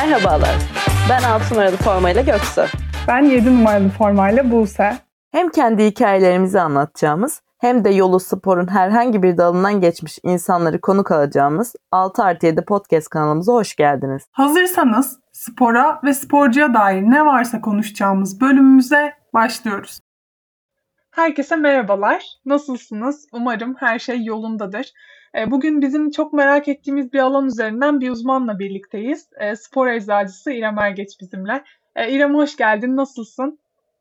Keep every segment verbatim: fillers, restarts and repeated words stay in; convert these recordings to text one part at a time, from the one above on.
Merhabalar, ben altı numaralı formayla Göksu. Ben yedi numaralı formayla Buse. Hem kendi hikayelerimizi anlatacağımız hem de yolu sporun herhangi bir dalından geçmiş insanları konuk alacağımız altı artı yedi podcast kanalımıza hoş geldiniz. Hazırsanız spora ve sporcuya dair ne varsa konuşacağımız bölümümüze başlıyoruz. Herkese merhabalar. Nasılsınız? Umarım her şey yolundadır. Bugün bizim çok merak ettiğimiz bir alan üzerinden bir uzmanla birlikteyiz. Spor eczacısı İrem Ergeç bizimle. İrem hoş geldin. Nasılsın?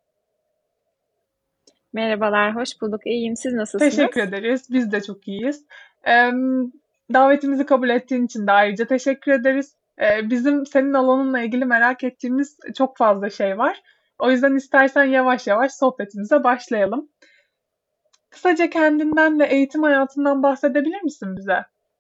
Merhabalar, hoş bulduk. İyiyim. Siz nasılsınız? Teşekkür ederiz. Biz de çok iyiyiz. Davetimizi kabul ettiğin için de ayrıca teşekkür ederiz. Bizim senin alanınla ilgili merak ettiğimiz çok fazla şey var. O yüzden istersen yavaş yavaş sohbetimize başlayalım. Kısaca kendinden ve eğitim hayatından bahsedebilir misin bize?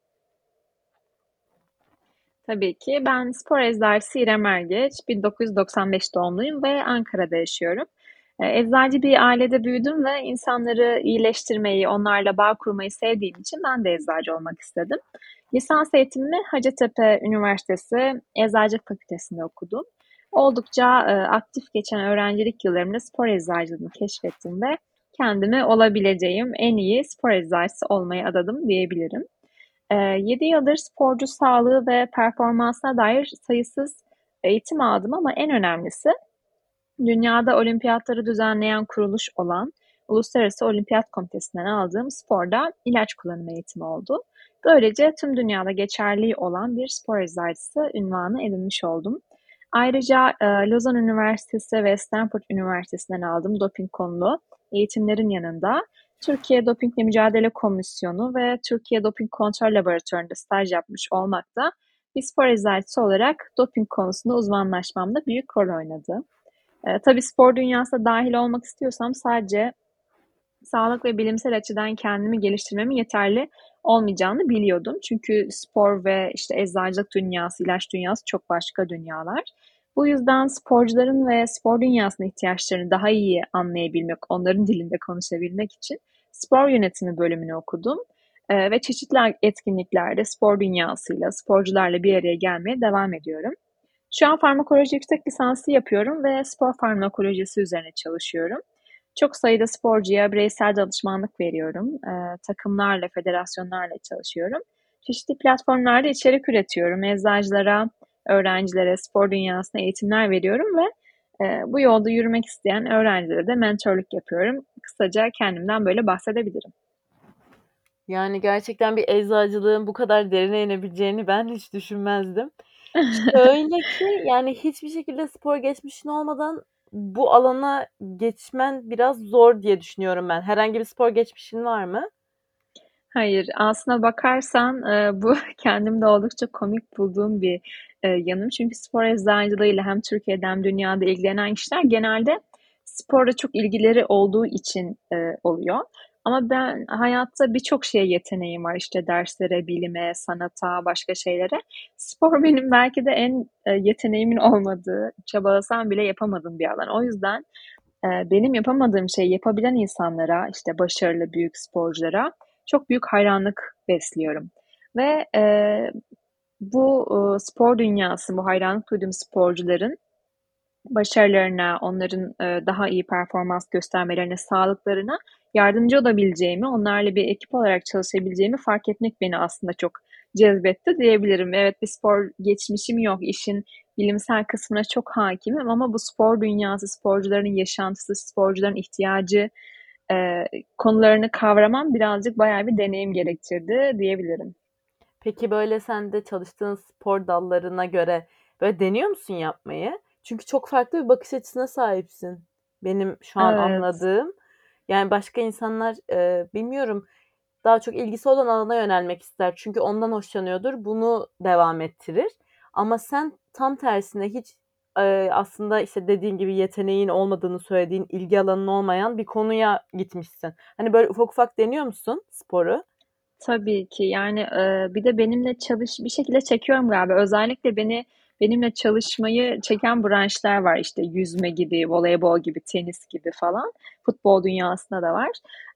Tabii ki. Ben spor eczacısı İrem Ergeç. bin dokuz yüz doksan beş doğumluyum ve Ankara'da yaşıyorum. Eczacı bir ailede büyüdüm ve insanları iyileştirmeyi, onlarla bağ kurmayı sevdiğim için ben de eczacı olmak istedim. Lisans eğitimimi Hacettepe Üniversitesi Eczacılık Fakültesi'nde okudum. Oldukça aktif geçen öğrencilik yıllarımda spor eczacılığını keşfettim ve kendimi olabileceğim en iyi spor eczacısı olmaya adadım diyebilirim. yedi yıldır sporcu sağlığı ve performansına dair sayısız eğitim aldım ama en önemlisi dünyada olimpiyatları düzenleyen kuruluş olan Uluslararası Olimpiyat Komitesi'nden aldığım sporda ilaç kullanımı eğitimi oldu. Böylece tüm dünyada geçerli olan bir spor eczacısı unvanı edinmiş oldum. Ayrıca e, Lozan Üniversitesi ve Stanford Üniversitesi'nden aldığım doping konulu eğitimlerin yanında Türkiye Dopingle Mücadele Komisyonu ve Türkiye Doping Kontrol Laboratuvarı'nda staj yapmış olmak da bir spor eczacısı olarak doping konusunda uzmanlaşmamda büyük rol oynadı. E, tabii spor dünyasına dahil olmak istiyorsam sadece sağlık ve bilimsel açıdan kendimi geliştirmemin yeterli olmayacağını biliyordum. Çünkü spor ve işte eczacılık dünyası, ilaç dünyası çok başka dünyalar. Bu yüzden sporcuların ve spor dünyasının ihtiyaçlarını daha iyi anlayabilmek, onların dilinde konuşabilmek için spor yönetimi bölümünü okudum. Ee, ve çeşitli etkinliklerde spor dünyasıyla, sporcularla bir araya gelmeye devam ediyorum. Şu an farmakoloji yüksek lisansı yapıyorum ve spor farmakolojisi üzerine çalışıyorum. Çok sayıda sporcuya bireysel danışmanlık veriyorum. Ee, takımlarla, federasyonlarla çalışıyorum. Çeşitli platformlarda içerik üretiyorum. Eczacılara, öğrencilere, spor dünyasına eğitimler veriyorum ve e, bu yolda yürümek isteyen öğrencilere de mentorluk yapıyorum. Kısaca kendimden böyle bahsedebilirim. Yani gerçekten bir eczacılığın bu kadar derine inebileceğini ben hiç düşünmezdim. Şöyle ki yani hiçbir şekilde spor geçmişin olmadan bu alana geçmen biraz zor diye düşünüyorum ben. Herhangi bir spor geçmişin var mı? Hayır, aslına bakarsan e, bu kendimde oldukça komik bulduğum bir e, yanım. Çünkü spor eczacılığıyla hem Türkiye'de hem dünyada ilgilenen kişiler genelde sporla çok ilgileri olduğu için e, oluyor. Ama ben hayatta birçok şeye yeteneğim var. İşte derslere, bilime, sanata, başka şeylere. Spor benim belki de en e, yeteneğimin olmadığı, çabalasam bile yapamadığım bir alan. O yüzden e, benim yapamadığım şeyi yapabilen insanlara, işte başarılı büyük sporculara çok büyük hayranlık besliyorum. Ve e, bu e, spor dünyası, bu hayranlık duyduğum sporcuların başarılarına, onların e, daha iyi performans göstermelerine, sağlıklarına yardımcı olabileceğimi, onlarla bir ekip olarak çalışabileceğimi fark etmek beni aslında çok cezbetti diyebilirim. Evet, bir spor geçmişim yok, işin bilimsel kısmına çok hakimim ama bu spor dünyası, sporcuların yaşantısı, sporcuların ihtiyacı e, konularını kavramam birazcık bayağı bir deneyim gerektirdi diyebilirim. Peki böyle sen de çalıştığın spor dallarına göre böyle deniyor musun yapmayı? Çünkü çok farklı bir bakış açısına sahipsin. Benim şu an Evet. anladığım. Yani başka insanlar e, bilmiyorum daha çok ilgisi olan alana yönelmek ister. Çünkü ondan hoşlanıyordur. Bunu devam ettirir. Ama sen tam tersine hiç e, aslında işte dediğin gibi yeteneğin olmadığını söylediğin, ilgi alanın olmayan bir konuya gitmişsin. Hani böyle ufak ufak deniyor musun sporu? Tabii ki yani e, bir de benimle çalış bir şekilde çekiyorum galiba. Özellikle beni benimle çalışmayı çeken branşlar var. İşte yüzme gibi, voleybol gibi, tenis gibi falan. Futbol dünyasında da var.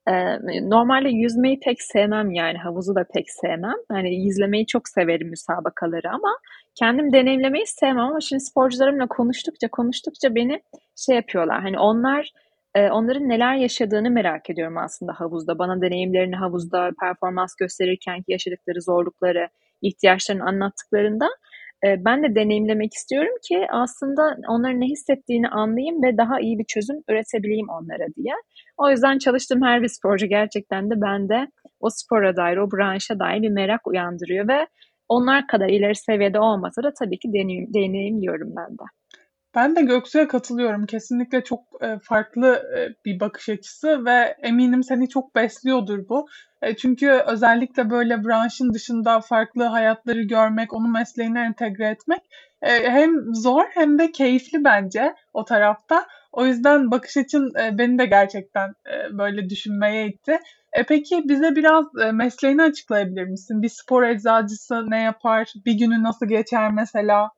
Eee, normalde yüzmeyi pek sevmem yani havuzu da pek sevmem. Hani izlemeyi çok severim müsabakaları ama kendim deneyimlemeyi sevmem ama şimdi sporcularımla konuştukça konuştukça beni şey yapıyorlar. Hani onlar e, onların neler yaşadığını merak ediyorum aslında havuzda. Bana deneyimlerini havuzda performans gösterirken ki yaşadıkları zorlukları, ihtiyaçlarını anlattıklarında e, ben de deneyimlemek istiyorum ki aslında onların ne hissettiğini anlayayım ve daha iyi bir çözüm üretebileyim onlara diye. O yüzden çalıştığım her bir sporcu gerçekten de bende o spora dair, o branşa dair bir merak uyandırıyor ve onlar kadar ileri seviyede olmasa da tabii ki deneyim, deneyimliyorum ben de. Ben de Göksu'ya katılıyorum. Kesinlikle çok e, farklı e, bir bakış açısı ve eminim seni çok besliyordur bu. E, çünkü özellikle böyle branşın dışında farklı hayatları görmek, onu mesleğine entegre etmek e, hem zor hem de keyifli bence o tarafta. O yüzden bakış açın e, beni de gerçekten e, böyle düşünmeye itti. E, peki bize biraz e, mesleğini açıklayabilir misin? Bir spor eczacısı ne yapar? Bir günü nasıl geçer mesela?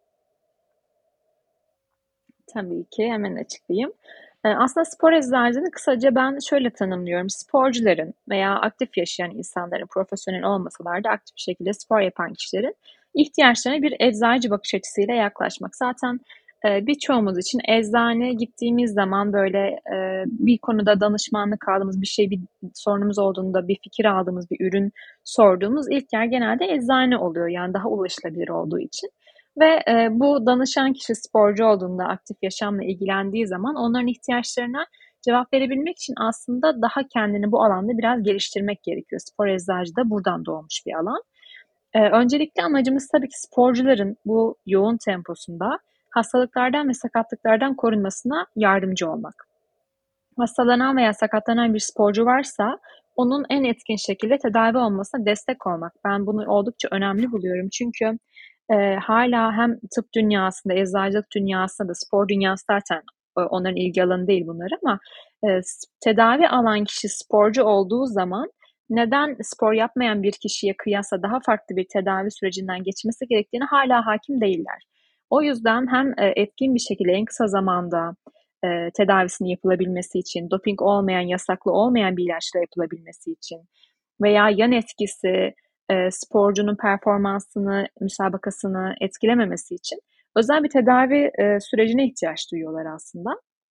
Tabii ki hemen açıklayayım. Ee, Aslında spor eczacını kısaca ben şöyle tanımlıyorum. Sporcuların veya aktif yaşayan insanların, profesyonel olmasalar da aktif bir şekilde spor yapan kişilerin ihtiyaçlarına bir eczacı bakış açısıyla yaklaşmak. Zaten e, birçoğumuz için eczane gittiğimiz zaman böyle e, bir konuda danışmanlık aldığımız bir şey, bir sorunumuz olduğunda bir fikir aldığımız, bir ürün sorduğumuz ilk yer genelde eczane oluyor. Yani daha ulaşılabilir olduğu için. Ve e, bu danışan kişi sporcu olduğunda, aktif yaşamla ilgilendiği zaman onların ihtiyaçlarına cevap verebilmek için aslında daha kendini bu alanda biraz geliştirmek gerekiyor. Spor eczacı da buradan doğmuş bir alan. E, öncelikle amacımız tabii ki sporcuların bu yoğun temposunda hastalıklardan ve sakatlıklardan korunmasına yardımcı olmak. Hastalanan veya sakatlanan bir sporcu varsa onun en etkin şekilde tedavi olmasına destek olmak. Ben bunu oldukça önemli buluyorum. Çünkü e, hala hem tıp dünyasında, eczacılık dünyasında da spor dünyası zaten e, onların ilgi alanı değil bunlar ama e, tedavi alan kişi sporcu olduğu zaman neden spor yapmayan bir kişiye kıyasla daha farklı bir tedavi sürecinden geçmesi gerektiğini hala hakim değiller. O yüzden hem e, etkin bir şekilde en kısa zamanda e, tedavisinin yapılabilmesi için, doping olmayan, yasaklı olmayan bir ilaçla yapılabilmesi için veya yan etkisi e, sporcunun performansını, müsabakasını etkilememesi için özel bir tedavi e, sürecine ihtiyaç duyuyorlar aslında.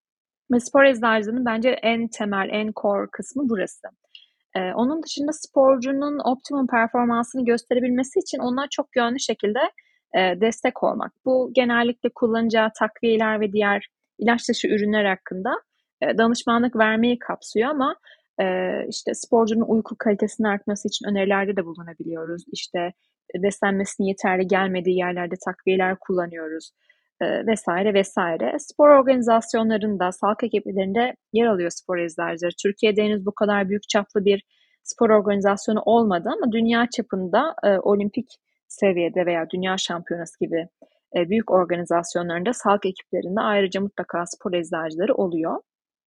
Ve spor eczacılığının bence en temel, en core kısmı burası. Ee, onun dışında sporcunun optimum performansını gösterebilmesi için ona çok yönlü şekilde e, destek olmak. Bu genellikle kullanacağı takviyeler ve diğer ilaç dışı ürünler hakkında e, danışmanlık vermeyi kapsıyor ama e, işte sporcunun uyku kalitesinin artması için önerilerde de bulunabiliyoruz. İşte beslenmesinin yeterli gelmediği yerlerde takviyeler kullanıyoruz e, vesaire vesaire. Spor organizasyonlarında, sağlık ekiplerinde yer alıyor spor eczacıları. Türkiye'de henüz bu kadar büyük çaplı bir spor organizasyonu olmadı ama dünya çapında e, olimpik seviyede veya dünya şampiyonası gibi e, büyük organizasyonlarında sağlık ekiplerinde ayrıca mutlaka spor eczacıları oluyor.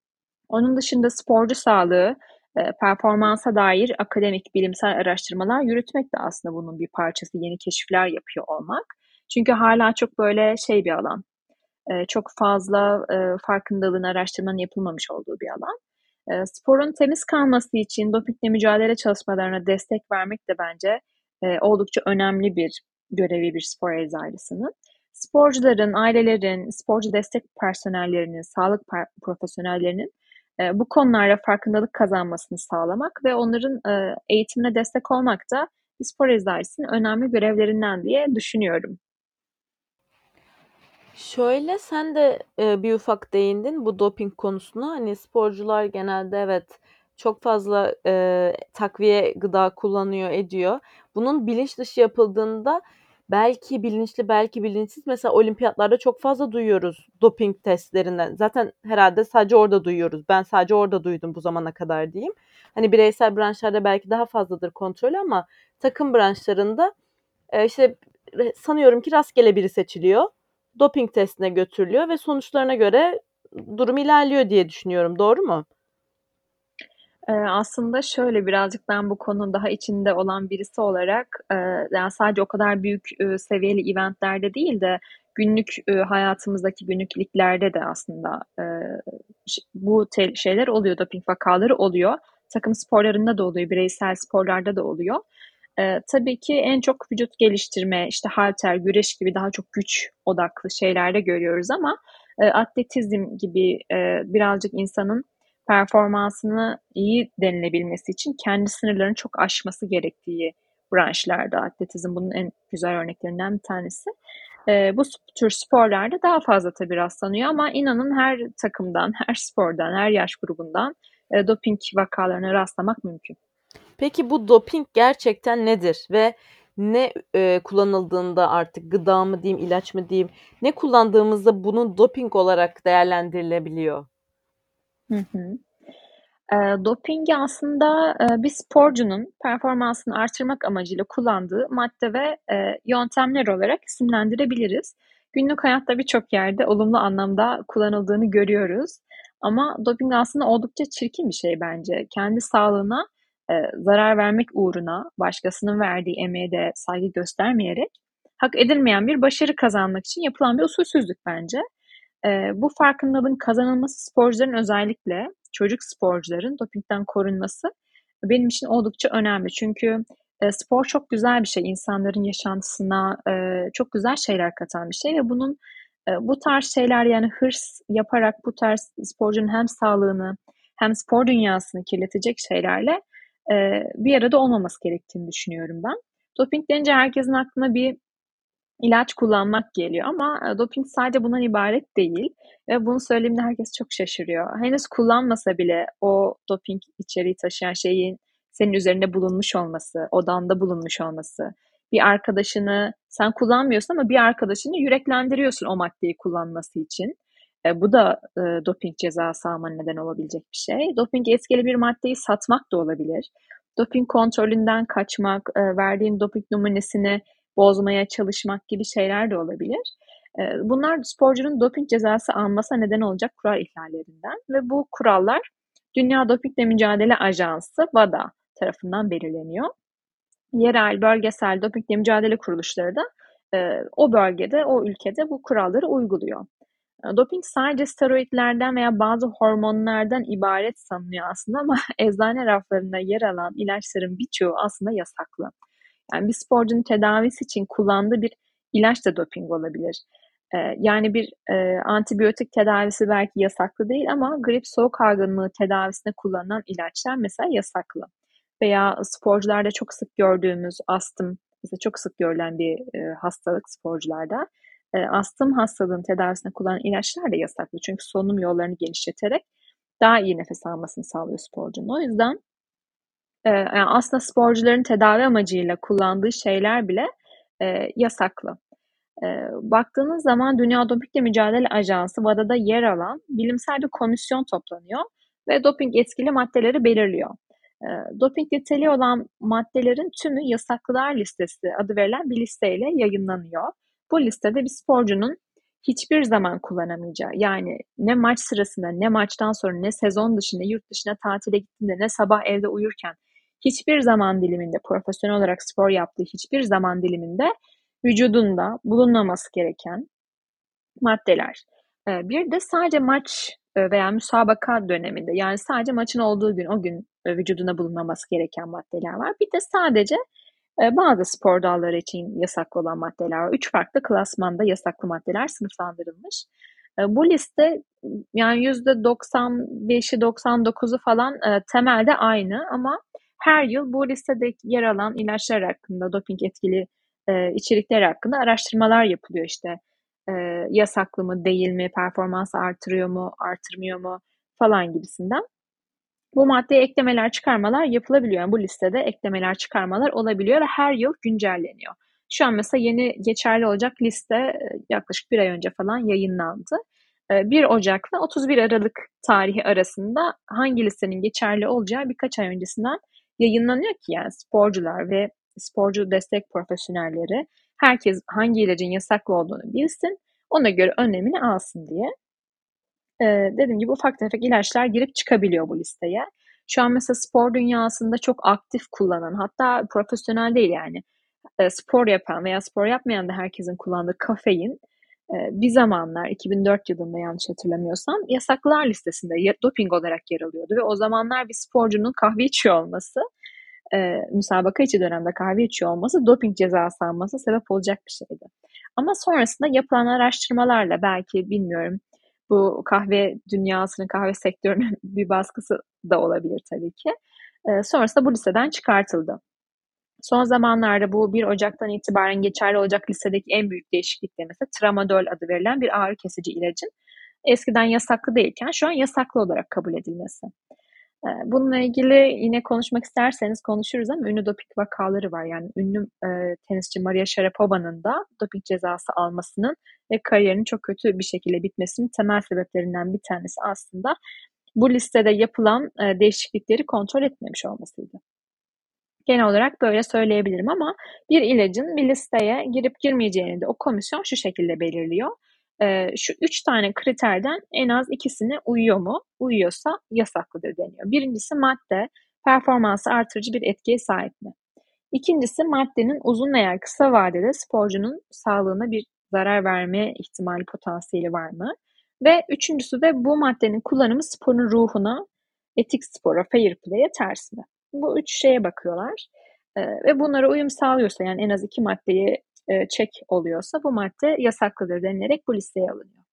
Onun dışında sporcu sağlığı, e, performansa dair akademik, bilimsel araştırmalar yürütmek de aslında bunun bir parçası, yeni keşifler yapıyor olmak. Çünkü hala çok böyle şey bir alan, e, çok fazla e, farkındalığın, araştırmanın yapılmamış olduğu bir alan. E, sporun temiz kalması için dopingle mücadele çalışmalarına destek vermek de bence e, oldukça önemli bir görevi bir spor eczacısının. Sporcuların, ailelerin, sporcu destek personellerinin, sağlık profesyonellerinin e, bu konularda farkındalık kazanmasını sağlamak ve onların e, eğitimine destek olmak da bir spor eczacısının önemli görevlerinden diye düşünüyorum. Şöyle sen de e, bir ufak değindin bu doping konusuna. Hani sporcular genelde evet çok fazla e, takviye gıda kullanıyor, ediyor. Bunun bilinç dışı yapıldığında belki bilinçli, belki bilinçsiz. Mesela olimpiyatlarda çok fazla duyuyoruz doping testlerinden. Zaten herhalde sadece orada duyuyoruz. Ben sadece orada duydum bu zamana kadar diyeyim. Hani bireysel branşlarda belki daha fazladır kontrol ama takım branşlarında e, işte sanıyorum ki rastgele biri seçiliyor. Doping testine götürülüyor ve sonuçlarına göre durum ilerliyor diye düşünüyorum. Doğru mu? Eee, aslında şöyle birazcık ben bu konunun daha içinde olan birisi olarak eee, yani sadece o kadar büyük eee, seviyeli eventlerde değil de günlük eee, hayatımızdaki günlük liglerde de aslında eee, ş- bu te- şeyler oluyor, doping vakaları oluyor. takım sporlarında da oluyor, bireysel sporlarda da oluyor. Ee, tabii ki en çok vücut geliştirme, işte halter, güreş gibi daha çok güç odaklı şeylerde görüyoruz ama e, atletizm gibi e, birazcık insanın performansını iyi denilebilmesi için kendi sınırlarını çok aşması gerektiği branşlarda atletizm bunun en güzel örneklerinden bir tanesi. E, bu tür sporlarda daha fazla tabii rastlanıyor ama inanın her takımdan, her spordan, her yaş grubundan e, doping vakalarına rastlamak mümkün. Peki bu doping gerçekten nedir ve ne e, kullanıldığında artık gıda mı diyeyim, ilaç mı diyeyim, ne kullandığımızda bunun doping olarak değerlendirilebiliyor? Hı hı. E, dopingi aslında e, bir sporcunun performansını artırmak amacıyla kullandığı madde ve e, yöntemler olarak isimlendirebiliriz. Günlük hayatta birçok yerde olumlu anlamda kullanıldığını görüyoruz. Ama doping aslında oldukça çirkin bir şey bence. Kendi sağlığına e, zarar vermek uğruna başkasının verdiği emeğe de saygı göstermeyerek hak edilmeyen bir başarı kazanmak için yapılan bir usulsüzlük bence. Eee, bu farkındalığın kazanılması sporcuların özellikle çocuk sporcuların dopingden korunması benim için oldukça önemli. Çünkü e, spor çok güzel bir şey. İnsanların yaşantısına e, çok güzel şeyler katan bir şey ve bunun e, bu tarz şeyler yani hırs yaparak bu tarz sporcunun hem sağlığını hem spor dünyasını kirletecek şeylerle e, bir arada olmaması gerektiğini düşünüyorum ben. Doping denince herkesin aklına bir ilaç kullanmak geliyor ama e, doping sadece bundan ibaret değil ve bunu söylediğimde herkes çok şaşırıyor. Henüz kullanmasa bile o doping içeriği taşıyan şeyin senin üzerinde bulunmuş olması, odanda bulunmuş olması, bir arkadaşını sen kullanmıyorsun ama bir arkadaşını yüreklendiriyorsun o maddeyi kullanması için. E, bu da e, doping cezası almana neden olabilecek bir şey. Doping etkili bir maddeyi satmak da olabilir. Doping kontrolünden kaçmak, e, verdiğin doping numunesini bozmaya çalışmak gibi şeyler de olabilir. Bunlar sporcunun doping cezası almasına neden olacak kural ihlallerinden ve bu kurallar Dünya Dopingle Mücadele Ajansı (WADA) tarafından belirleniyor. Yerel, bölgesel dopingle mücadele kuruluşları da o bölgede, o ülkede bu kuralları uyguluyor. Doping sadece steroidlerden veya bazı hormonlardan ibaret sanılıyor aslında ama eczane raflarında yer alan ilaçların birçoğu aslında yasaklı. Yani bir sporcunun tedavisi için kullandığı bir ilaç da doping olabilir. Ee, yani bir e, antibiyotik tedavisi belki yasaklı değil ama grip soğuk algınlığı tedavisinde kullanılan ilaçlar mesela yasaklı. Veya sporcularda çok sık gördüğümüz astım, mesela çok sık görülen bir e, hastalık sporcularda. E, astım hastalığının tedavisinde kullanılan ilaçlar da yasaklı. Çünkü solunum yollarını genişleterek daha iyi nefes almasını sağlıyor sporcunun. O yüzden e, yani aslında sporcuların tedavi amacıyla kullandığı şeyler bile e, yasaklı. E, baktığınız zaman Dünya Dopingle Mücadele Ajansı (WADA'da yer alan bilimsel bir komisyon toplanıyor ve doping etkili maddeleri belirliyor. E, doping niteliği olan maddelerin tümü yasaklılar listesi adı verilen bir listeyle yayınlanıyor. Bu listede bir sporcunun hiçbir zaman kullanamayacağı, yani ne maç sırasında, ne maçtan sonra, ne sezon dışında, yurt dışına tatile gittiğinde, ne sabah evde uyurken, hiçbir zaman diliminde, profesyonel olarak spor yaptığı hiçbir zaman diliminde vücudunda bulunmaması gereken maddeler. Ee, Bir de sadece maç e, veya müsabaka döneminde, yani sadece maçın olduğu gün, o gün e, vücudunda bulunmaması gereken maddeler var. Bir de sadece e, bazı spor dalları için yasaklı olan maddeler var. Üç farklı klasmanda yasaklı maddeler sınıflandırılmış. E, Bu liste yani yüzde doksan beşi doksan dokuzu falan e, temelde aynı ama her yıl bu listede yer alan ilaçlar hakkında, doping etkili e, içerikler hakkında araştırmalar yapılıyor işte. E, Yasaklı mı, değil mi, performansı artırıyor mu, artırmıyor mu falan gibisinden. Bu maddeye eklemeler, çıkarmalar yapılabiliyor. Yani bu listede eklemeler, çıkarmalar olabiliyor ve her yıl güncelleniyor. Şu an mesela yeni geçerli olacak liste e, yaklaşık bir ay önce falan yayınlandı. E, bir Ocak ve otuz bir Aralık tarihi arasında hangi listenin geçerli olacağı birkaç ay öncesinden yayınlanıyor ki yani sporcular ve sporcu destek profesyonelleri herkes hangi ilacın yasaklı olduğunu bilsin, ona göre önlemini alsın diye. Ee, dediğim gibi ufak tefek ilaçlar girip çıkabiliyor bu listeye. Şu an mesela spor dünyasında çok aktif kullanan, hatta profesyonel değil yani e, spor yapan veya spor yapmayan da herkesin kullandığı kafein Bir zamanlar iki bin dört yılında yanlış hatırlamıyorsam yasaklar listesinde doping olarak yer alıyordu ve o zamanlar bir sporcunun kahve içiyor olması, e, müsabaka içi dönemde kahve içiyor olması doping cezası alması sebep olacak bir şeydi. Ama sonrasında yapılan araştırmalarla belki bilmiyorum bu kahve dünyasının, kahve sektörünün bir baskısı da olabilir tabii ki. E, sonrasında bu listeden çıkartıldı. Son zamanlarda bu bir Ocak'tan itibaren geçerli olacak listedeki en büyük değişiklik de mesela tramadol adı verilen bir ağrı kesici ilacın eskiden yasaklı değilken şu an yasaklı olarak kabul edilmesi. Bununla ilgili yine konuşmak isterseniz konuşuruz ama ünlü doping vakaları var. Yani ünlü e, tenisçi Maria Sharapova'nın da doping cezası almasının ve kariyerinin çok kötü bir şekilde bitmesinin temel sebeplerinden bir tanesi aslında bu listede yapılan e, değişiklikleri kontrol etmemiş olmasıydı. Genel olarak böyle söyleyebilirim ama bir ilacın bir listeye girip girmeyeceğini de o komisyon şu şekilde belirliyor. Ee, şu üç tane kriterden en az ikisine uyuyor mu? Uyuyorsa yasaklıdır deniyor. Birincisi madde performansı artırıcı bir etkiye sahip mi? İkincisi maddenin uzun veya kısa vadede sporcunun sağlığına bir zarar verme ihtimali potansiyeli var mı? Ve üçüncüsü de bu maddenin kullanımı sporun ruhuna, etik spora, fair play'e ters mi? Bu üç şeye bakıyorlar. Ee, ve bunlara uyum sağlıyorsa yani en az iki maddeyi e, check oluyorsa bu madde yasaklıdır denilerek bu listeye alınıyor.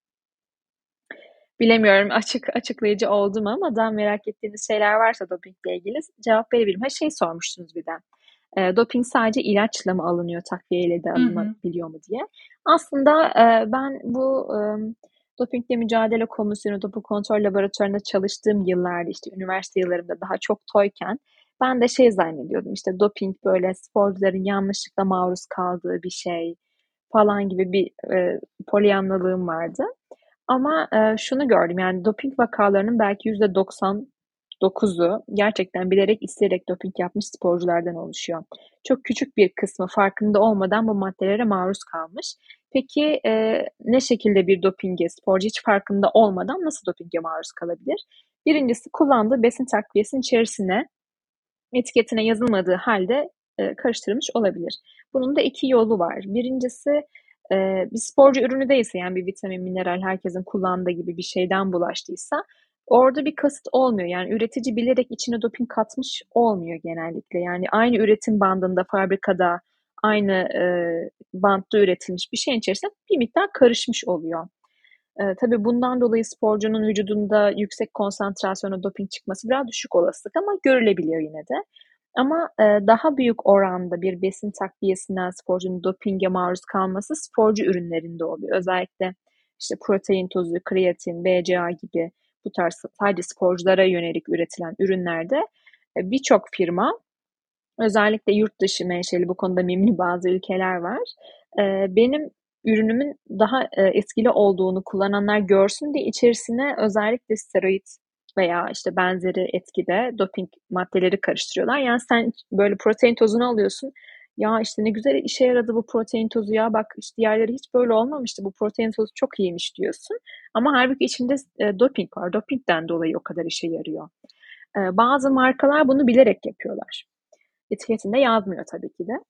Bilemiyorum açık açıklayıcı oldu mu ama daha merak ettiğiniz şeyler varsa dopingle ilgili cevap verebilirim. Ha şey sormuştunuz bir de. E, doping sadece ilaçla mı alınıyor, takviyeyle de alınabiliyor mu diye. Aslında e, ben bu e, Dopingle Mücadele Komisyonu, Doping Kontrol Laboratuvarı'nda çalıştığım yıllarda işte üniversite yıllarımda daha çok toyken ben de şey zannediyordum işte doping böyle sporcuların yanlışlıkla maruz kaldığı bir şey falan gibi bir e, polyanlalığım vardı. Ama e, şunu gördüm yani doping vakalarının belki yüzde doksan dokuzu gerçekten bilerek isteyerek doping yapmış sporculardan oluşuyor. Çok küçük bir kısmı farkında olmadan bu maddelere maruz kalmış. Peki e, ne şekilde bir dopinge sporcu hiç farkında olmadan nasıl dopinge maruz kalabilir? Birincisi kullandığı besin takviyesinin içerisine etiketine yazılmadığı halde e, karıştırılmış olabilir. Bunun da iki yolu var. Birincisi e, bir sporcu ürünü değilse yani bir vitamin, mineral herkesin kullandığı gibi bir şeyden bulaştıysa orada bir kasıt olmuyor. Yani üretici bilerek içine doping katmış olmuyor genellikle. Yani aynı üretim bandında, fabrikada, aynı e, bantta üretilmiş bir şeyin içerisinde bir miktar karışmış oluyor. E, tabii bundan dolayı sporcunun vücudunda yüksek konsantrasyona doping çıkması biraz düşük olasılık ama görülebiliyor yine de. Ama e, daha büyük oranda bir besin takviyesinden sporcunun dopinge maruz kalması sporcu ürünlerinde oluyor. Özellikle işte protein tozu, kreatin, B C A gibi bu tarz sadece sporculara yönelik üretilen ürünlerde e, birçok firma özellikle yurt dışı menşeli bu konuda memnun bazı ülkeler var. E, benim ürünümün daha e, etkili olduğunu kullananlar görsün diye içerisine özellikle steroid veya işte benzeri etkide doping maddeleri karıştırıyorlar. Yani sen böyle protein tozunu alıyorsun. Ya işte ne güzel işe yaradı bu protein tozu ya bak işte diğerleri hiç böyle olmamıştı bu protein tozu çok iyiymiş diyorsun. Ama halbuki içinde e, doping var. Dopingden dolayı o kadar işe yarıyor. E, bazı markalar bunu bilerek yapıyorlar. Etiketinde yazmıyor tabii ki de.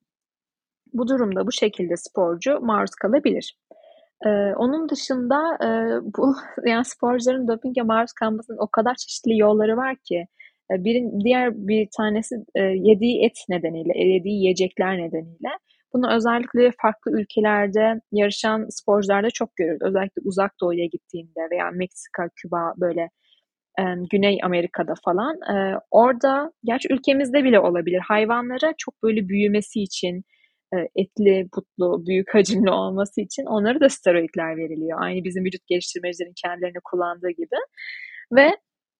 Bu durumda bu şekilde sporcu maruz kalabilir. Ee, onun dışında e, bu yani sporcuların dopinge maruz kalmasının o kadar çeşitli yolları var ki e, bir diğer bir tanesi e, yediği et nedeniyle, e, yediği yiyecekler nedeniyle. Bunu özellikle farklı ülkelerde yarışan sporcularda çok görüyoruz. Özellikle Uzak Doğu'ya gittiğinde veya Meksika, Küba böyle e, Güney Amerika'da falan. E, orada, gerçi ülkemizde bile olabilir. Hayvanlara çok böyle büyümesi için, e, etli, butlu, büyük hacimli olması için onlara da steroidler veriliyor. Aynı bizim vücut geliştirmecilerin kendilerini kullandığı gibi. Ve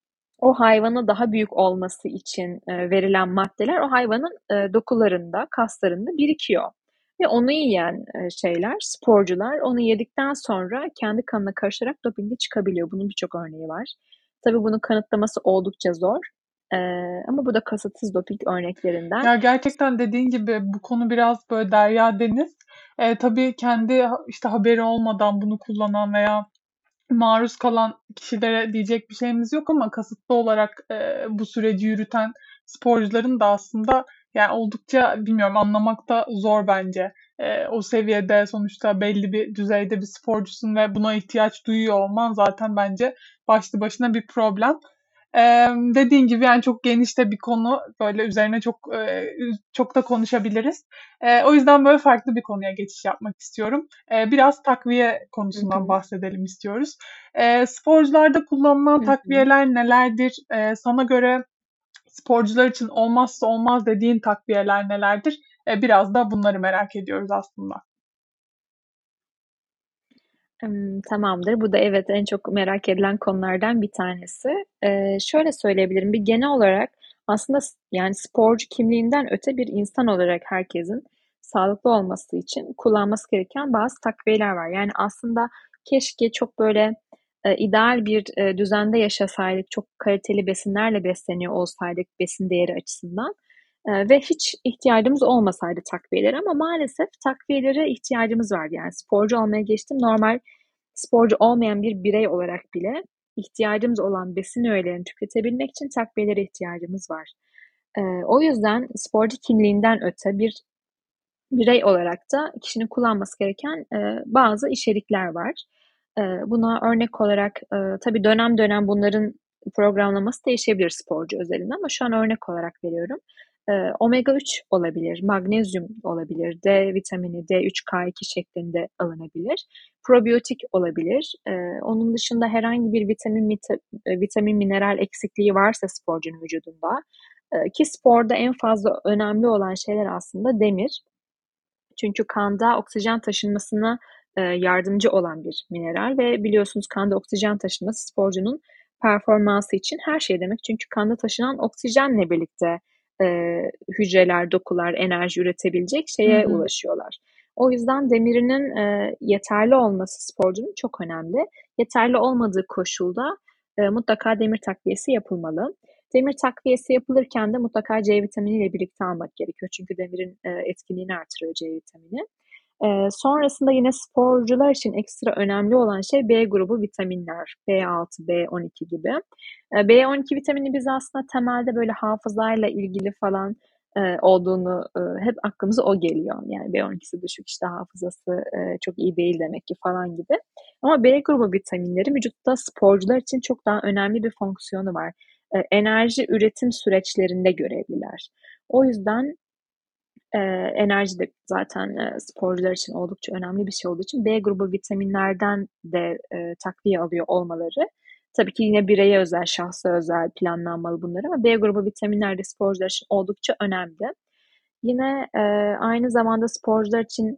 o hayvana daha büyük olması için e, verilen maddeler o hayvanın e, dokularında, kaslarında birikiyor. Ve onu yiyen e, şeyler, sporcular onu yedikten sonra kendi kanına karışarak dopinge çıkabiliyor. Bunun birçok örneği var. Tabii bunun kanıtlaması oldukça zor. E, ama bu da kasıtsız doping örneklerinden. Ya gerçekten dediğin gibi bu konu biraz böyle derya deniz. E, tabii kendi işte haberi olmadan bunu kullanan veya maruz kalan kişilere diyecek bir şeyimiz yok ama kasıtlı olarak e, bu süreci yürüten sporcuların da aslında Yani oldukça bilmiyorum anlamakta zor bence. Ee, o seviyede sonuçta belli bir düzeyde bir sporcusun ve buna ihtiyaç duyuyor olman zaten bence başlı başına bir problem. Ee, dediğin gibi yani çok geniş de bir konu. Böyle üzerine çok e, çok da konuşabiliriz. Ee, o yüzden böyle farklı bir konuya geçiş yapmak istiyorum. Ee, biraz takviye Hı konusundan hı. bahsedelim istiyoruz. Ee, sporcularda kullanılan Hı hı. takviyeler nelerdir? Ee, sana göre sporcular için olmazsa olmaz dediğin takviyeler nelerdir? Ee, biraz da bunları merak ediyoruz aslında. Imm, tamamdır. Bu da evet, en çok merak edilen konulardan bir tanesi. Eee, şöyle söyleyebilirim, bir genel olarak aslında s yani sporcu kimliğinden öte bir insan olarak herkesin sağlıklı olması için kullanması gereken bazı takviyeler var. Yani aslında keşke çok böyle, eee, ideal bir, eee, düzende yaşasaydık, çok kaliteli besinlerle besleniyor olsaydık besin değeri açısından, eee, ve hiç ihtiyacımız olmasaydı takviyelere ama maalesef takviyelere ihtiyacımız var. Yani sporcu olmaya geçtim, normal sporcu olmayan bir birey olarak bile ihtiyacımız olan besin öğelerini tüketebilmek için takviyelere ihtiyacımız var. Ee, o yüzden sporcu kimliğinden öte bir birey olarak da kişinin kullanması gereken e, bazı içerikler var. E, buna örnek olarak e, tabii dönem dönem bunların programlaması değişebilir sporcu özelinde ama şu an örnek olarak veriyorum. E, omega üç olabilir, magnezyum olabilir, D vitamini, D üç K iki şeklinde alınabilir. Probiyotik olabilir. E, onun dışında herhangi bir vitamin, e, vitamin mineral eksikliği varsa sporcunun vücudunda, e, ki sporda en fazla önemli olan şeyler aslında demir. Çünkü kanda oksijen taşınmasına e, yardımcı olan bir mineral ve biliyorsunuz kanda oksijen taşınması sporcunun performansı için her şey demek. Çünkü kanda taşınan oksijenle birlikte e, hücreler, dokular enerji üretebilecek Hı şeye hı. ulaşıyorlar. O yüzden demirinin e, yeterli olması sporcunun çok önemli. Yeterli olmadığı koşulda e, mutlaka demir takviyesi yapılmalı. Demir takviyesi yapılırken de mutlaka C vitamini ile birlikte almak gerekiyor. Çünkü demirin e, etkinliğini artırıyor C vitamini. E, sonrasında yine sporcular için ekstra önemli olan şey B grubu vitaminler. B altı, B on iki gibi. E, B on iki vitamini biz aslında temelde böyle hafızayla ilgili falan e, olduğunu e, hep aklımıza o geliyor. Yani B on ikisi düşük, işte hafızası e, çok iyi değil demek ki falan gibi. Ama B grubu vitaminleri vücutta sporcular için çok daha önemli bir fonksiyonu var. E, enerji üretim süreçlerinde görevliler. O yüzden e, enerji de zaten e, sporcular için oldukça önemli bir şey olduğu için B grubu vitaminlerden de e, takviye alıyor olmaları. Tabii ki yine bireye özel, şahsa özel planlanmalı bunlar ama B grubu vitaminler de sporcular için oldukça önemli. Yine e, aynı zamanda sporcular için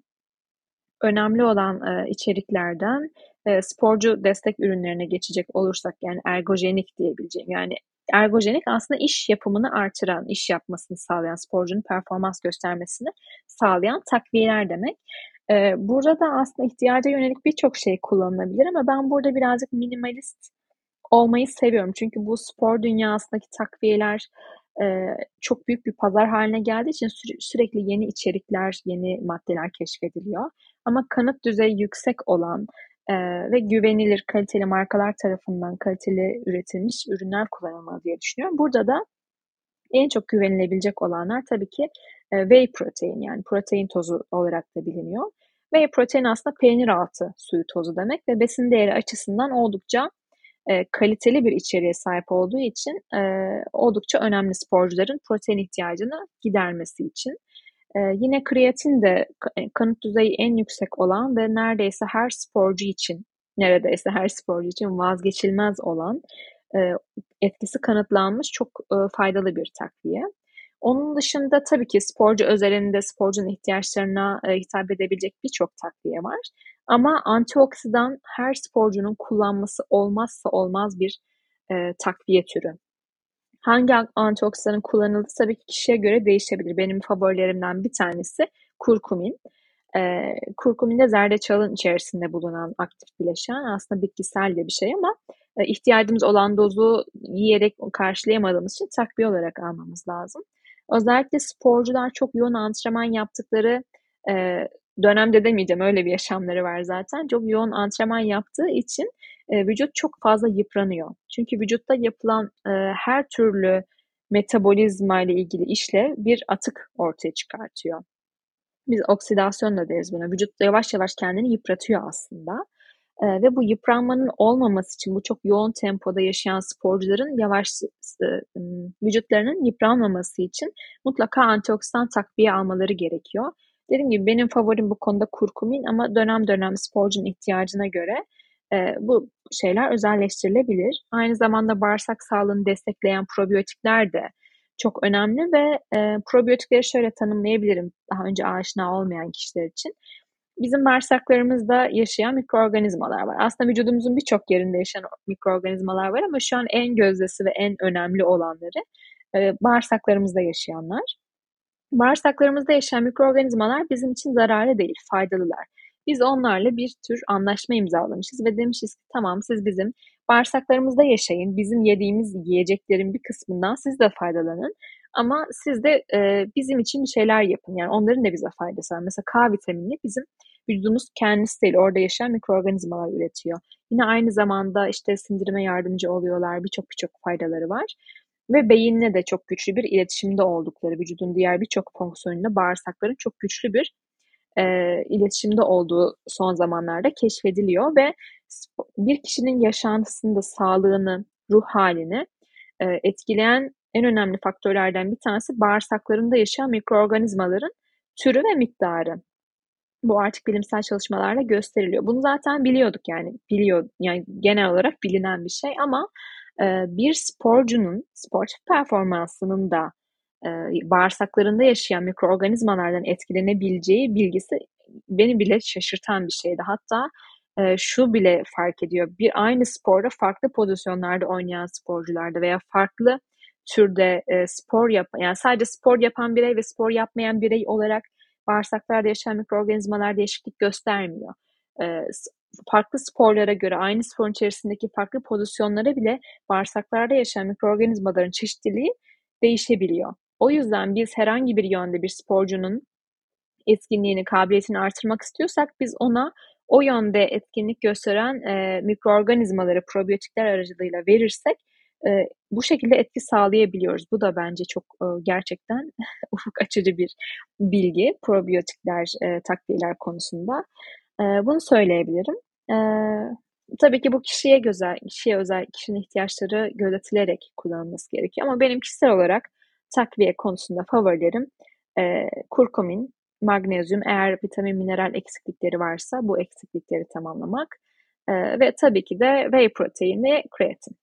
önemli olan e, içeriklerden e, sporcu destek ürünlerine geçecek olursak, yani ergojenik diyebileceğim. Yani ergojenik aslında iş yapımını artıran, iş yapmasını sağlayan, sporcunun performans göstermesini sağlayan takviyeler demek. E, burada da aslında ihtiyaca yönelik birçok şey kullanılabilir ama ben burada birazcık minimalist olmayı seviyorum. Çünkü bu spor dünyasındaki takviyeler e, çok büyük bir pazar haline geldiği için süre- sürekli yeni içerikler, yeni maddeler keşfediliyor. Ama kanıt düzeyi yüksek olan e, ve güvenilir, kaliteli markalar tarafından kaliteli üretilmiş ürünler kullanılmalı diye düşünüyorum. Burada da en çok güvenilebilecek olanlar tabii ki e, whey protein, yani protein tozu olarak da biliniyor. Whey protein aslında peynir altı suyu tozu demek ve besin değeri açısından oldukça e, kaliteli bir içeriğe sahip olduğu için e, oldukça önemli sporcuların protein ihtiyacını gidermesi için. E, yine kreatin de e, kanıt düzeyi en yüksek olan ve neredeyse her sporcu için neredeyse her sporcu için vazgeçilmez olan, e, etkisi kanıtlanmış çok e, faydalı bir takviye. Onun dışında tabii ki sporcu özelinde sporcunun ihtiyaçlarına e, hitap edebilecek birçok takviye var. Ama antioksidan her sporcunun kullanması olmazsa olmaz bir e, takviye türü. Hangi antioksidanın kullanıldığı tabii ki kişiye göre değişebilir. Benim favorilerimden bir tanesi kurkumin. Ee, kurkumin de zerdeçalın içerisinde bulunan aktif bileşen. Aslında bitkisel de bir şey ama e, ihtiyacımız olan dozu yiyerek karşılayamadığımız için takviye olarak almamız lazım. Özellikle sporcular çok yoğun antrenman yaptıkları e, dönemde demeyeceğim, öyle bir yaşamları var zaten. Çok yoğun antrenman yaptığı için e, vücut çok fazla yıpranıyor. Çünkü vücutta yapılan e, her türlü metabolizma ile ilgili işlev bir atık ortaya çıkartıyor. Biz oksidasyon da deriz buna. Vücut yavaş yavaş kendini yıpratıyor aslında. Ee, ve bu yıpranmanın olmaması için bu çok yoğun tempoda yaşayan sporcuların yavaş vücutlarının yıpranmaması için mutlaka antioksidan takviye almaları gerekiyor. Dediğim gibi benim favorim bu konuda kurkumin ama dönem dönem sporcunun ihtiyacına göre e, bu şeyler özelleştirilebilir. Aynı zamanda bağırsak sağlığını destekleyen probiyotikler de çok önemli ve e, probiyotikleri şöyle tanımlayabilirim daha önce aşina olmayan kişiler için. Bizim bağırsaklarımızda yaşayan mikroorganizmalar var. Aslında vücudumuzun birçok yerinde yaşayan mikroorganizmalar var ama şu an en gözdesi ve en önemli olanları e, bağırsaklarımızda yaşayanlar. Bağırsaklarımızda yaşayan mikroorganizmalar bizim için zararlı değil, faydalılar. Biz onlarla bir tür anlaşma imzalamışız ve demişiz ki tamam siz bizim bağırsaklarımızda yaşayın, bizim yediğimiz yiyeceklerin bir kısmından siz de faydalanın. Ama siz de e, bizim için bir şeyler yapın. Yani onların da bize faydası var. Mesela K vitaminini bizim vücudumuz kendisi değil, orada yaşayan mikroorganizmalar üretiyor. Yine aynı zamanda işte sindirime yardımcı oluyorlar, birçok birçok faydaları var. Ve beyinle de çok güçlü bir iletişimde oldukları, vücudun diğer birçok fonksiyonuyla bağırsakların çok güçlü bir e, iletişimde olduğu son zamanlarda keşfediliyor ve bir kişinin yaşantısında sağlığını, ruh halini e, etkileyen en önemli faktörlerden bir tanesi bağırsaklarında yaşayan mikroorganizmaların türü ve miktarı. Bu artık bilimsel çalışmalarla gösteriliyor. Bunu zaten biliyorduk yani biliyor yani genel olarak bilinen bir şey ama e, bir sporcunun sportif performansının da e, bağırsaklarında yaşayan mikroorganizmalardan etkilenebileceği bilgisi beni bile şaşırtan bir şeydi. Hatta e, şu bile fark ediyor. Bir aynı sporda farklı pozisyonlarda oynayan sporcularda veya farklı türde e, spor yapan yani sadece spor yapan birey ve spor yapmayan birey olarak bağırsaklarda yaşayan mikroorganizmalar değişiklik göstermiyor. Ee, farklı sporlara göre aynı sporun içerisindeki farklı pozisyonlara bile bağırsaklarda yaşayan mikroorganizmaların çeşitliliği değişebiliyor. O yüzden biz herhangi bir yönde bir sporcunun etkinliğini, kabiliyetini artırmak istiyorsak biz ona o yönde etkinlik gösteren e, mikroorganizmaları probiyotikler aracılığıyla verirsek e, bu şekilde etki sağlayabiliyoruz. Bu da bence çok e, gerçekten ufuk açıcı bir bilgi probiyotikler, e, takviyeler konusunda. E, bunu söyleyebilirim. E, tabii ki bu kişiye özel, kişiye özel kişinin ihtiyaçları gözetilerek kullanılması gerekiyor. Ama benim kişisel olarak takviye konusunda favorilerim e, kurkumin, magnezyum, eğer vitamin, mineral eksiklikleri varsa bu eksiklikleri tamamlamak e, ve tabii ki de whey protein ve kreatin.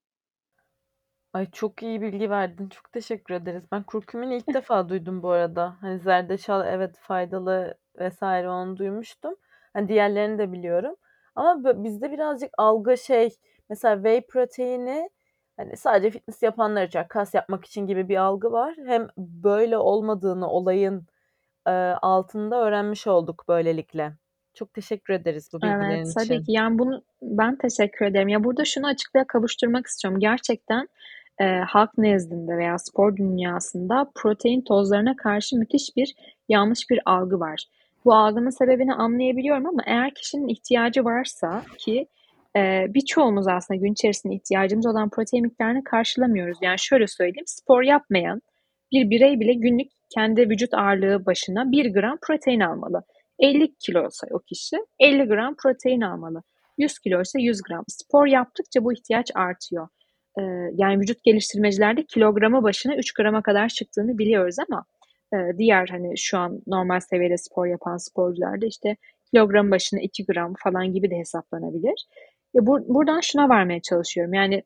Ay çok iyi bilgi verdin. Çok teşekkür ederiz. Ben kurkumini ilk defa duydum bu arada. Hani zerdeçal evet faydalı vesaire onu duymuştum. Hani diğerlerini de biliyorum. Ama bö- bizde birazcık algı şey mesela whey proteini hani sadece fitness yapanlar için kas yapmak için gibi bir algı var. Hem böyle olmadığını olayın e, altında öğrenmiş olduk böylelikle. Çok teşekkür ederiz bu Evet, bilgilerin tabii için. ki. Yani bunu ben teşekkür ederim. Ya burada şunu açıklığa kavuşturmak istiyorum. Gerçekten e, halk nezdinde veya spor dünyasında protein tozlarına karşı müthiş bir yanlış bir algı var. Bu algının sebebini anlayabiliyorum ama eğer kişinin ihtiyacı varsa ki e, birçoğumuz aslında gün içerisinde ihtiyacımız olan protein miktarını karşılamıyoruz. Yani şöyle söyleyeyim, spor yapmayan bir birey bile günlük kendi vücut ağırlığı başına bir gram protein almalı. elli kiloysa o kişi elli gram protein almalı. yüz kiloysa yüz gram. Spor yaptıkça bu ihtiyaç artıyor. Ee, yani vücut geliştirmecilerde kilograma başına üç grama kadar çıktığını biliyoruz ama e, diğer hani şu an normal seviyede spor yapan sporcularda işte kilogram başına iki gram falan gibi de hesaplanabilir. Ya bur buradan şuna varmaya çalışıyorum. Yani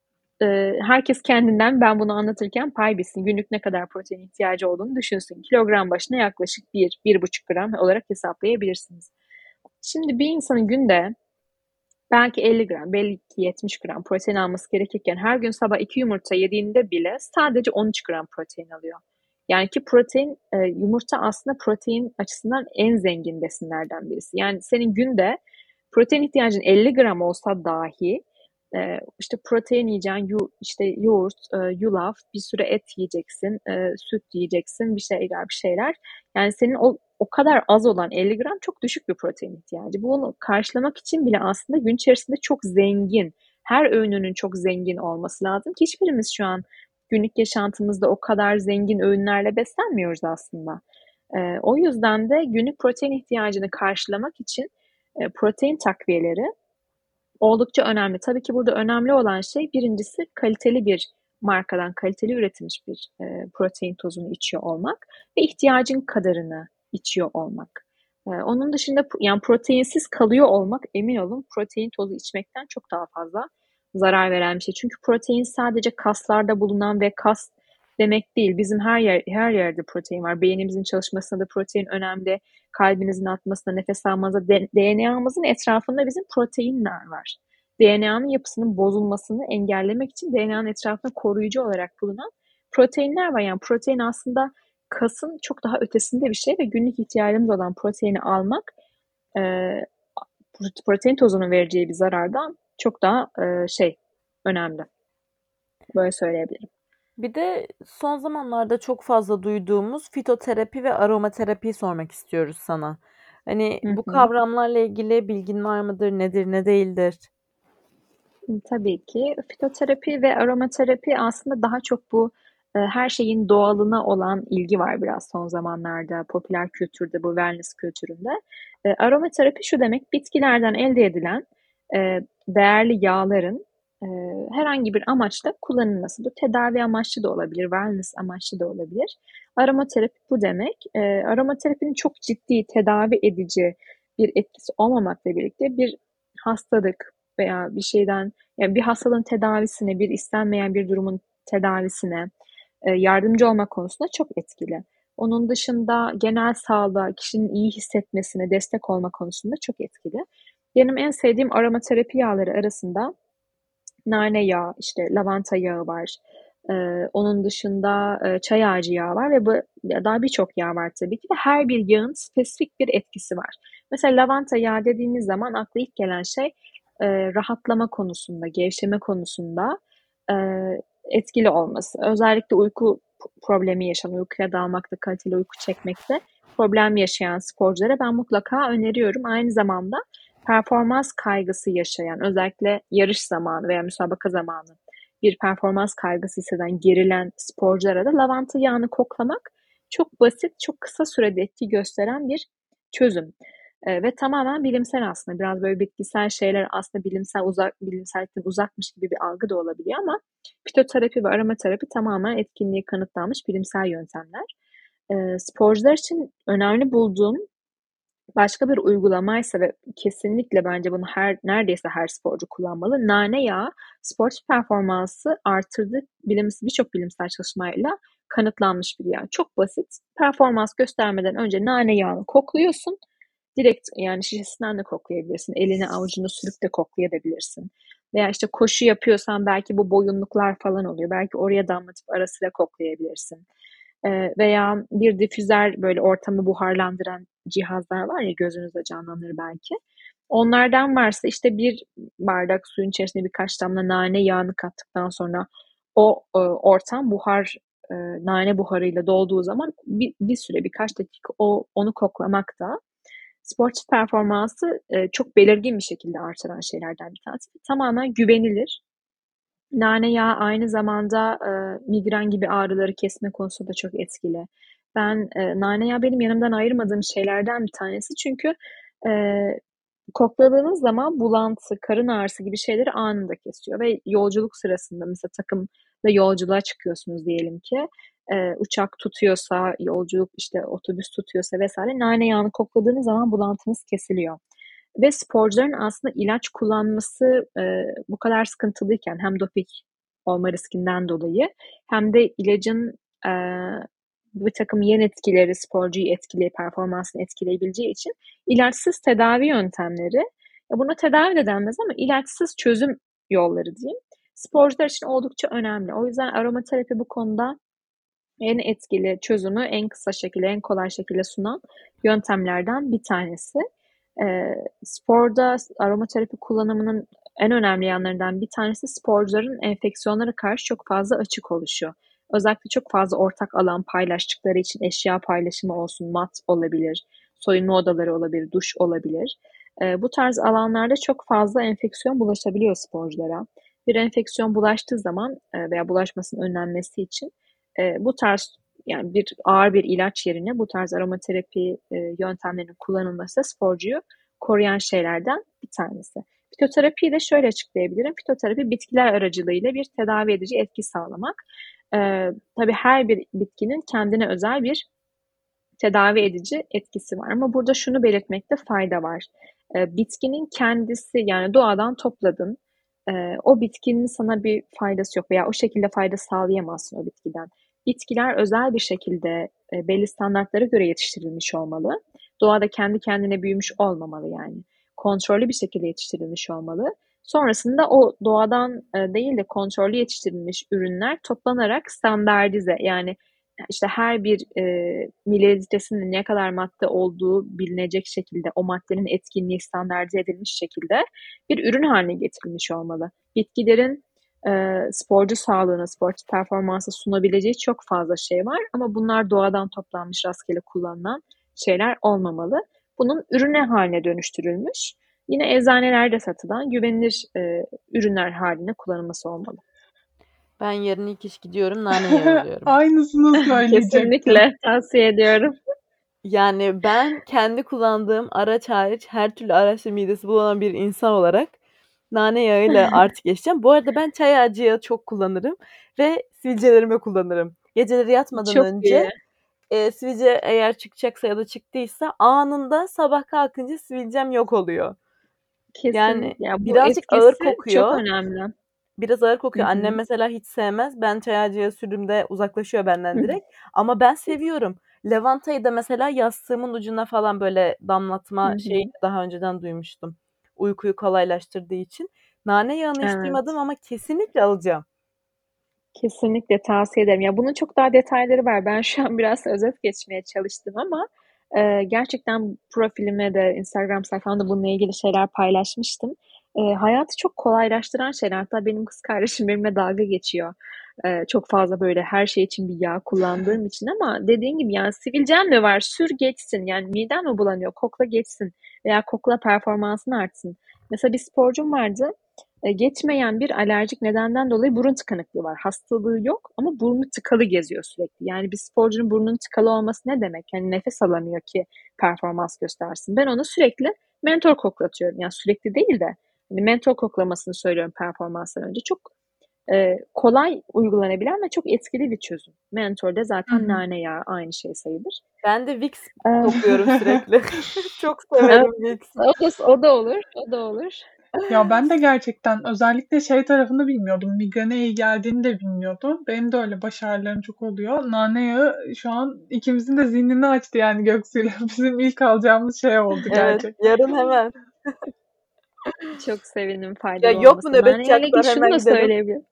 e, herkes kendinden ben bunu anlatırken pay bilsin. Günlük ne kadar protein ihtiyacı olduğunu düşünsün. Kilogram başına yaklaşık bir bir buçuk gram olarak hesaplayabilirsiniz. Şimdi bir insanın günde belki elli gram, belki yetmiş gram protein alması gerekirken her gün sabah iki yumurta yediğinde bile sadece on üç gram protein alıyor. Yani ki protein, e, yumurta aslında protein açısından en zengin besinlerden birisi. Yani senin günde protein ihtiyacın elli gram olsa dahi e, işte protein yiyeceksin, yu, işte yoğurt, e, yulaf, bir sürü et yiyeceksin, e, süt yiyeceksin, bir şeyler bir şeyler. Yani senin o o kadar az olan elli gram çok düşük bir protein ihtiyacı. Bunu karşılamak için bile aslında gün içerisinde çok zengin, her öğününün çok zengin olması lazım ki hiçbirimiz şu an günlük yaşantımızda o kadar zengin öğünlerle beslenmiyoruz aslında. Ee, o yüzden de günlük protein ihtiyacını karşılamak için e, protein takviyeleri oldukça önemli. Tabii ki burada önemli olan şey birincisi kaliteli bir markadan kaliteli üretilmiş bir e, protein tozunu içiyor olmak ve ihtiyacın kadarını içiyor olmak. E, onun dışında yani proteinsiz kalıyor olmak emin olun protein tozu içmekten çok daha fazla zarar veren bir şey. Çünkü protein sadece kaslarda bulunan ve kas demek değil. Bizim her yer her yerde protein var. Beynimizin çalışmasında da protein önemli. Kalbinizin atmasında, nefes almanızda, D N A'mızın etrafında bizim proteinler var. D N A'nın yapısının bozulmasını engellemek için D N A'nın etrafında koruyucu olarak bulunan proteinler var. Yani protein aslında kasın çok daha ötesinde bir şey ve günlük ihtiyacımız olan proteini almak e, protein tozunun vereceği bir zarardan çok daha e, şey önemli. Böyle söyleyebilirim. Bir de son zamanlarda çok fazla duyduğumuz fitoterapi ve aromaterapiyi sormak istiyoruz sana. Hani Hı bu hı. kavramlarla ilgili bilgin var mıdır? Nedir, ne değildir? Tabii ki. Fitoterapi ve aromaterapi aslında daha çok bu e, her şeyin doğalına olan ilgi var biraz son zamanlarda popüler kültürde, bu wellness kültüründe. E, aromaterapi şu demek, bitkilerden elde edilen e, değerli yağların e, herhangi bir amaçla kullanılması. Bu tedavi amaçlı da olabilir, wellness amaçlı da olabilir. Aromaterapi bu demek. E, aromaterapinin çok ciddi tedavi edici bir etkisi olmamakla birlikte bir hastalık veya bir şeyden yani bir hastalığın tedavisine, bir istenmeyen bir durumun tedavisine e, yardımcı olmak konusunda çok etkili. Onun dışında genel sağlığa, kişinin iyi hissetmesine destek olma konusunda çok etkili. Benim en sevdiğim aromaterapi yağları arasında nane yağı, işte lavanta yağı var. Ee, onun dışında e, çay ağacı yağı var ve bu, daha birçok yağ var tabii ki. Her bir yağın spesifik bir etkisi var. Mesela lavanta yağı dediğimiz zaman akla ilk gelen şey e, rahatlama konusunda, gevşeme konusunda e, etkili olması. Özellikle uyku problemi yaşayan, uykuya dalmakta, kaliteli uyku çekmekte problem yaşayan sporculara ben mutlaka öneriyorum. Aynı zamanda performans kaygısı yaşayan, özellikle yarış zamanı veya müsabaka zamanı bir performans kaygısı hisseden, gerilen sporculara da lavanta yağını koklamak çok basit, çok kısa sürede etki gösteren bir çözüm. Ee, ve tamamen bilimsel aslında. Biraz böyle bitkisel şeyler aslında bilimsel uzak, bilimsellikten uzakmış gibi bir algı da olabiliyor ama fitoterapi ve aromaterapi tamamen etkinliği kanıtlanmış bilimsel yöntemler. Ee, sporcular için önemli bulduğum başka bir uygulamaysa ve kesinlikle bence bunu her neredeyse her sporcu kullanmalı. Nane yağı sportif performansı artırdığı bilim, birçok bilimsel çalışmayla kanıtlanmış bir yağ. Çok basit. Performans göstermeden önce nane yağını kokluyorsun. Direkt yani şişesinden de koklayabilirsin. Eline avucunu sürüp de koklayabilirsin. Veya işte koşu yapıyorsan belki bu boyunluklar falan oluyor. Belki oraya damlatıp arasıyla koklayabilirsin. Ee, veya bir difüzer böyle ortamı buharlandıran cihazlar var ya gözünüzde canlanır belki. Onlardan varsa işte bir bardak suyun içerisine birkaç damla nane yağını kattıktan sonra o e, ortam buhar e, nane buharıyla dolduğu zaman bir, bir süre birkaç dakika o onu koklamak da sportif performansı e, çok belirgin bir şekilde artıran şeylerden bir tanesi. Tamamen güvenilir. Nane yağı aynı zamanda e, migren gibi ağrıları kesme konusunda çok etkili. Ben e, nane yağı benim yanımdan ayırmadığım şeylerden bir tanesi çünkü e, kokladığınız zaman bulantı, karın ağrısı gibi şeyleri anında kesiyor ve yolculuk sırasında mesela takımla yolculuğa çıkıyorsunuz diyelim ki e, uçak tutuyorsa, yolculuk işte otobüs tutuyorsa vesaire nane yağını kokladığınız zaman bulantınız kesiliyor. Ve sporcuların aslında ilaç kullanması e, bu kadar sıkıntılıyken hem doping olma riskinden dolayı hem de ilacın e, bir takım yan etkileri sporcuyu etkileyip performansını etkileyebileceği için ilaçsız tedavi yöntemleri ya buna tedavi de denmez ama ilaçsız çözüm yolları diyeyim sporcular için oldukça önemli. O yüzden aromaterapi bu konuda en etkili çözümü en kısa şekilde, en kolay şekilde sunan yöntemlerden bir tanesi. E, sporda aromaterapi kullanımının en önemli yanlarından bir tanesi sporcuların enfeksiyonlara karşı çok fazla açık oluşu. Özellikle çok fazla ortak alan paylaştıkları için eşya paylaşımı olsun, mat olabilir, soyunma odaları olabilir, duş olabilir. E, bu tarz alanlarda çok fazla enfeksiyon bulaşabiliyor sporculara. Bir enfeksiyon bulaştığı zaman e, veya bulaşmasının önlenmesi için e, bu tarz yani bir ağır bir ilaç yerine bu tarz aromaterapi e, yöntemlerinin kullanılması sporcuyu koruyan şeylerden bir tanesi. Fitoterapiyi de şöyle açıklayabilirim. Fitoterapi bitkiler aracılığıyla bir tedavi edici etki sağlamak. Ee, tabii her bir bitkinin kendine özel bir tedavi edici etkisi var. Ama burada şunu belirtmekte fayda var. Ee, bitkinin kendisi yani doğadan topladın. Ee, o bitkinin sana bir faydası yok veya o şekilde fayda sağlayamazsın o bitkiden. Bitkiler özel bir şekilde e, belli standartlara göre yetiştirilmiş olmalı. Doğada kendi kendine büyümüş olmamalı yani. Kontrollü bir şekilde yetiştirilmiş olmalı. Sonrasında o doğadan e, değil de kontrollü yetiştirilmiş ürünler toplanarak standartize yani işte her bir e, mililitresinin ne kadar madde olduğu bilinecek şekilde o maddenin etkinliği standartize edilmiş şekilde bir ürün haline getirilmiş olmalı. Bitkilerin e, sporcu sağlığına, sporcu performansa sunabileceği çok fazla şey var ama bunlar doğadan toplanmış, rastgele kullanılan şeyler olmamalı. Bunun ürüne haline dönüştürülmüş, yine eczanelerde satılan güvenilir e, ürünler haline kullanılması olmalı. Ben yarın ilk iş gidiyorum, nane yağı alıyorum. Aynısını söyleyecektim. Kesinlikle tavsiye ediyorum. Yani ben kendi kullandığım araç hariç her türlü araçla midesi bulanan bir insan olarak nane yağıyla artık yaşayacağım. Bu arada ben çay ağacı yağı çok kullanırım ve sivilcelerime kullanırım. Geceleri yatmadan Çok iyi. önce e, sivilce eğer çıkacaksa ya da çıktıysa anında sabah kalkınca sivilcem yok oluyor. Yani Kesin. Ya bu birazcık ağır etkisi çok kokuyor. önemli. Biraz ağır Hı kokuyor. Annem hı. mesela hiç sevmez. Ben çay ağacı yağı sürdüğümde uzaklaşıyor benden direkt. Ama ben seviyorum. Lavantayı da mesela yastığımın ucuna falan böyle Hı damlatma şeyini hı. daha önceden duymuştum. Uykuyu kolaylaştırdığı için. Nane yağını hiç duymadım Evet. ama kesinlikle alacağım. Kesinlikle tavsiye ederim. Ya bunun çok daha detayları var. Ben şu an biraz özet geçmeye çalıştım ama e, gerçekten profilime de Instagram sayfamda bununla ilgili şeyler paylaşmıştım. E, hayatı çok kolaylaştıran şeyler. Hatta benim kız kardeşim benimle dalga geçiyor. E, çok fazla böyle her şey için bir yağ kullandığım için ama dediğin gibi yani sivilcem mi var? Sür geçsin. Yani midem mi bulanıyor? Kokla geçsin. Veya kokla performansın artsın. Mesela bir sporcum vardı. E, geçmeyen bir alerjik nedenden dolayı burun tıkanıklığı var. Hastalığı yok ama burnu tıkalı geziyor sürekli. Yani bir sporcunun burnunun tıkalı olması ne demek? Yani nefes alamıyor ki performans göstersin. Ben ona sürekli mentol koklatıyorum. Yani sürekli değil de hani mentol koklamasını söylüyorum performanstan önce. Çok e, kolay uygulanabilen ve çok etkili bir çözüm. Mentol de Hı zaten hı. nane yağı aynı şey sayılır. Ben de Vicks E, kokluyorum sürekli. Çok evet, severim Vicks. o da, o da olur, o da olur. Ya ben de gerçekten özellikle şey tarafını bilmiyordum. Migrene iyi geldiğini de bilmiyordum. Benim de öyle baş ağrılarım çok oluyor. Nane yağı şu an ikimizin de zihnini açtı yani Göksu'yla. Bizim ilk alacağımız şey oldu Evet, gerçekten. yarın hemen. Çok sevindim Ya faydalı yok mu olmasına. nöbetçi Nane ile ilgili Aktar, şunu hemen da gidelim. söyleyebilirim.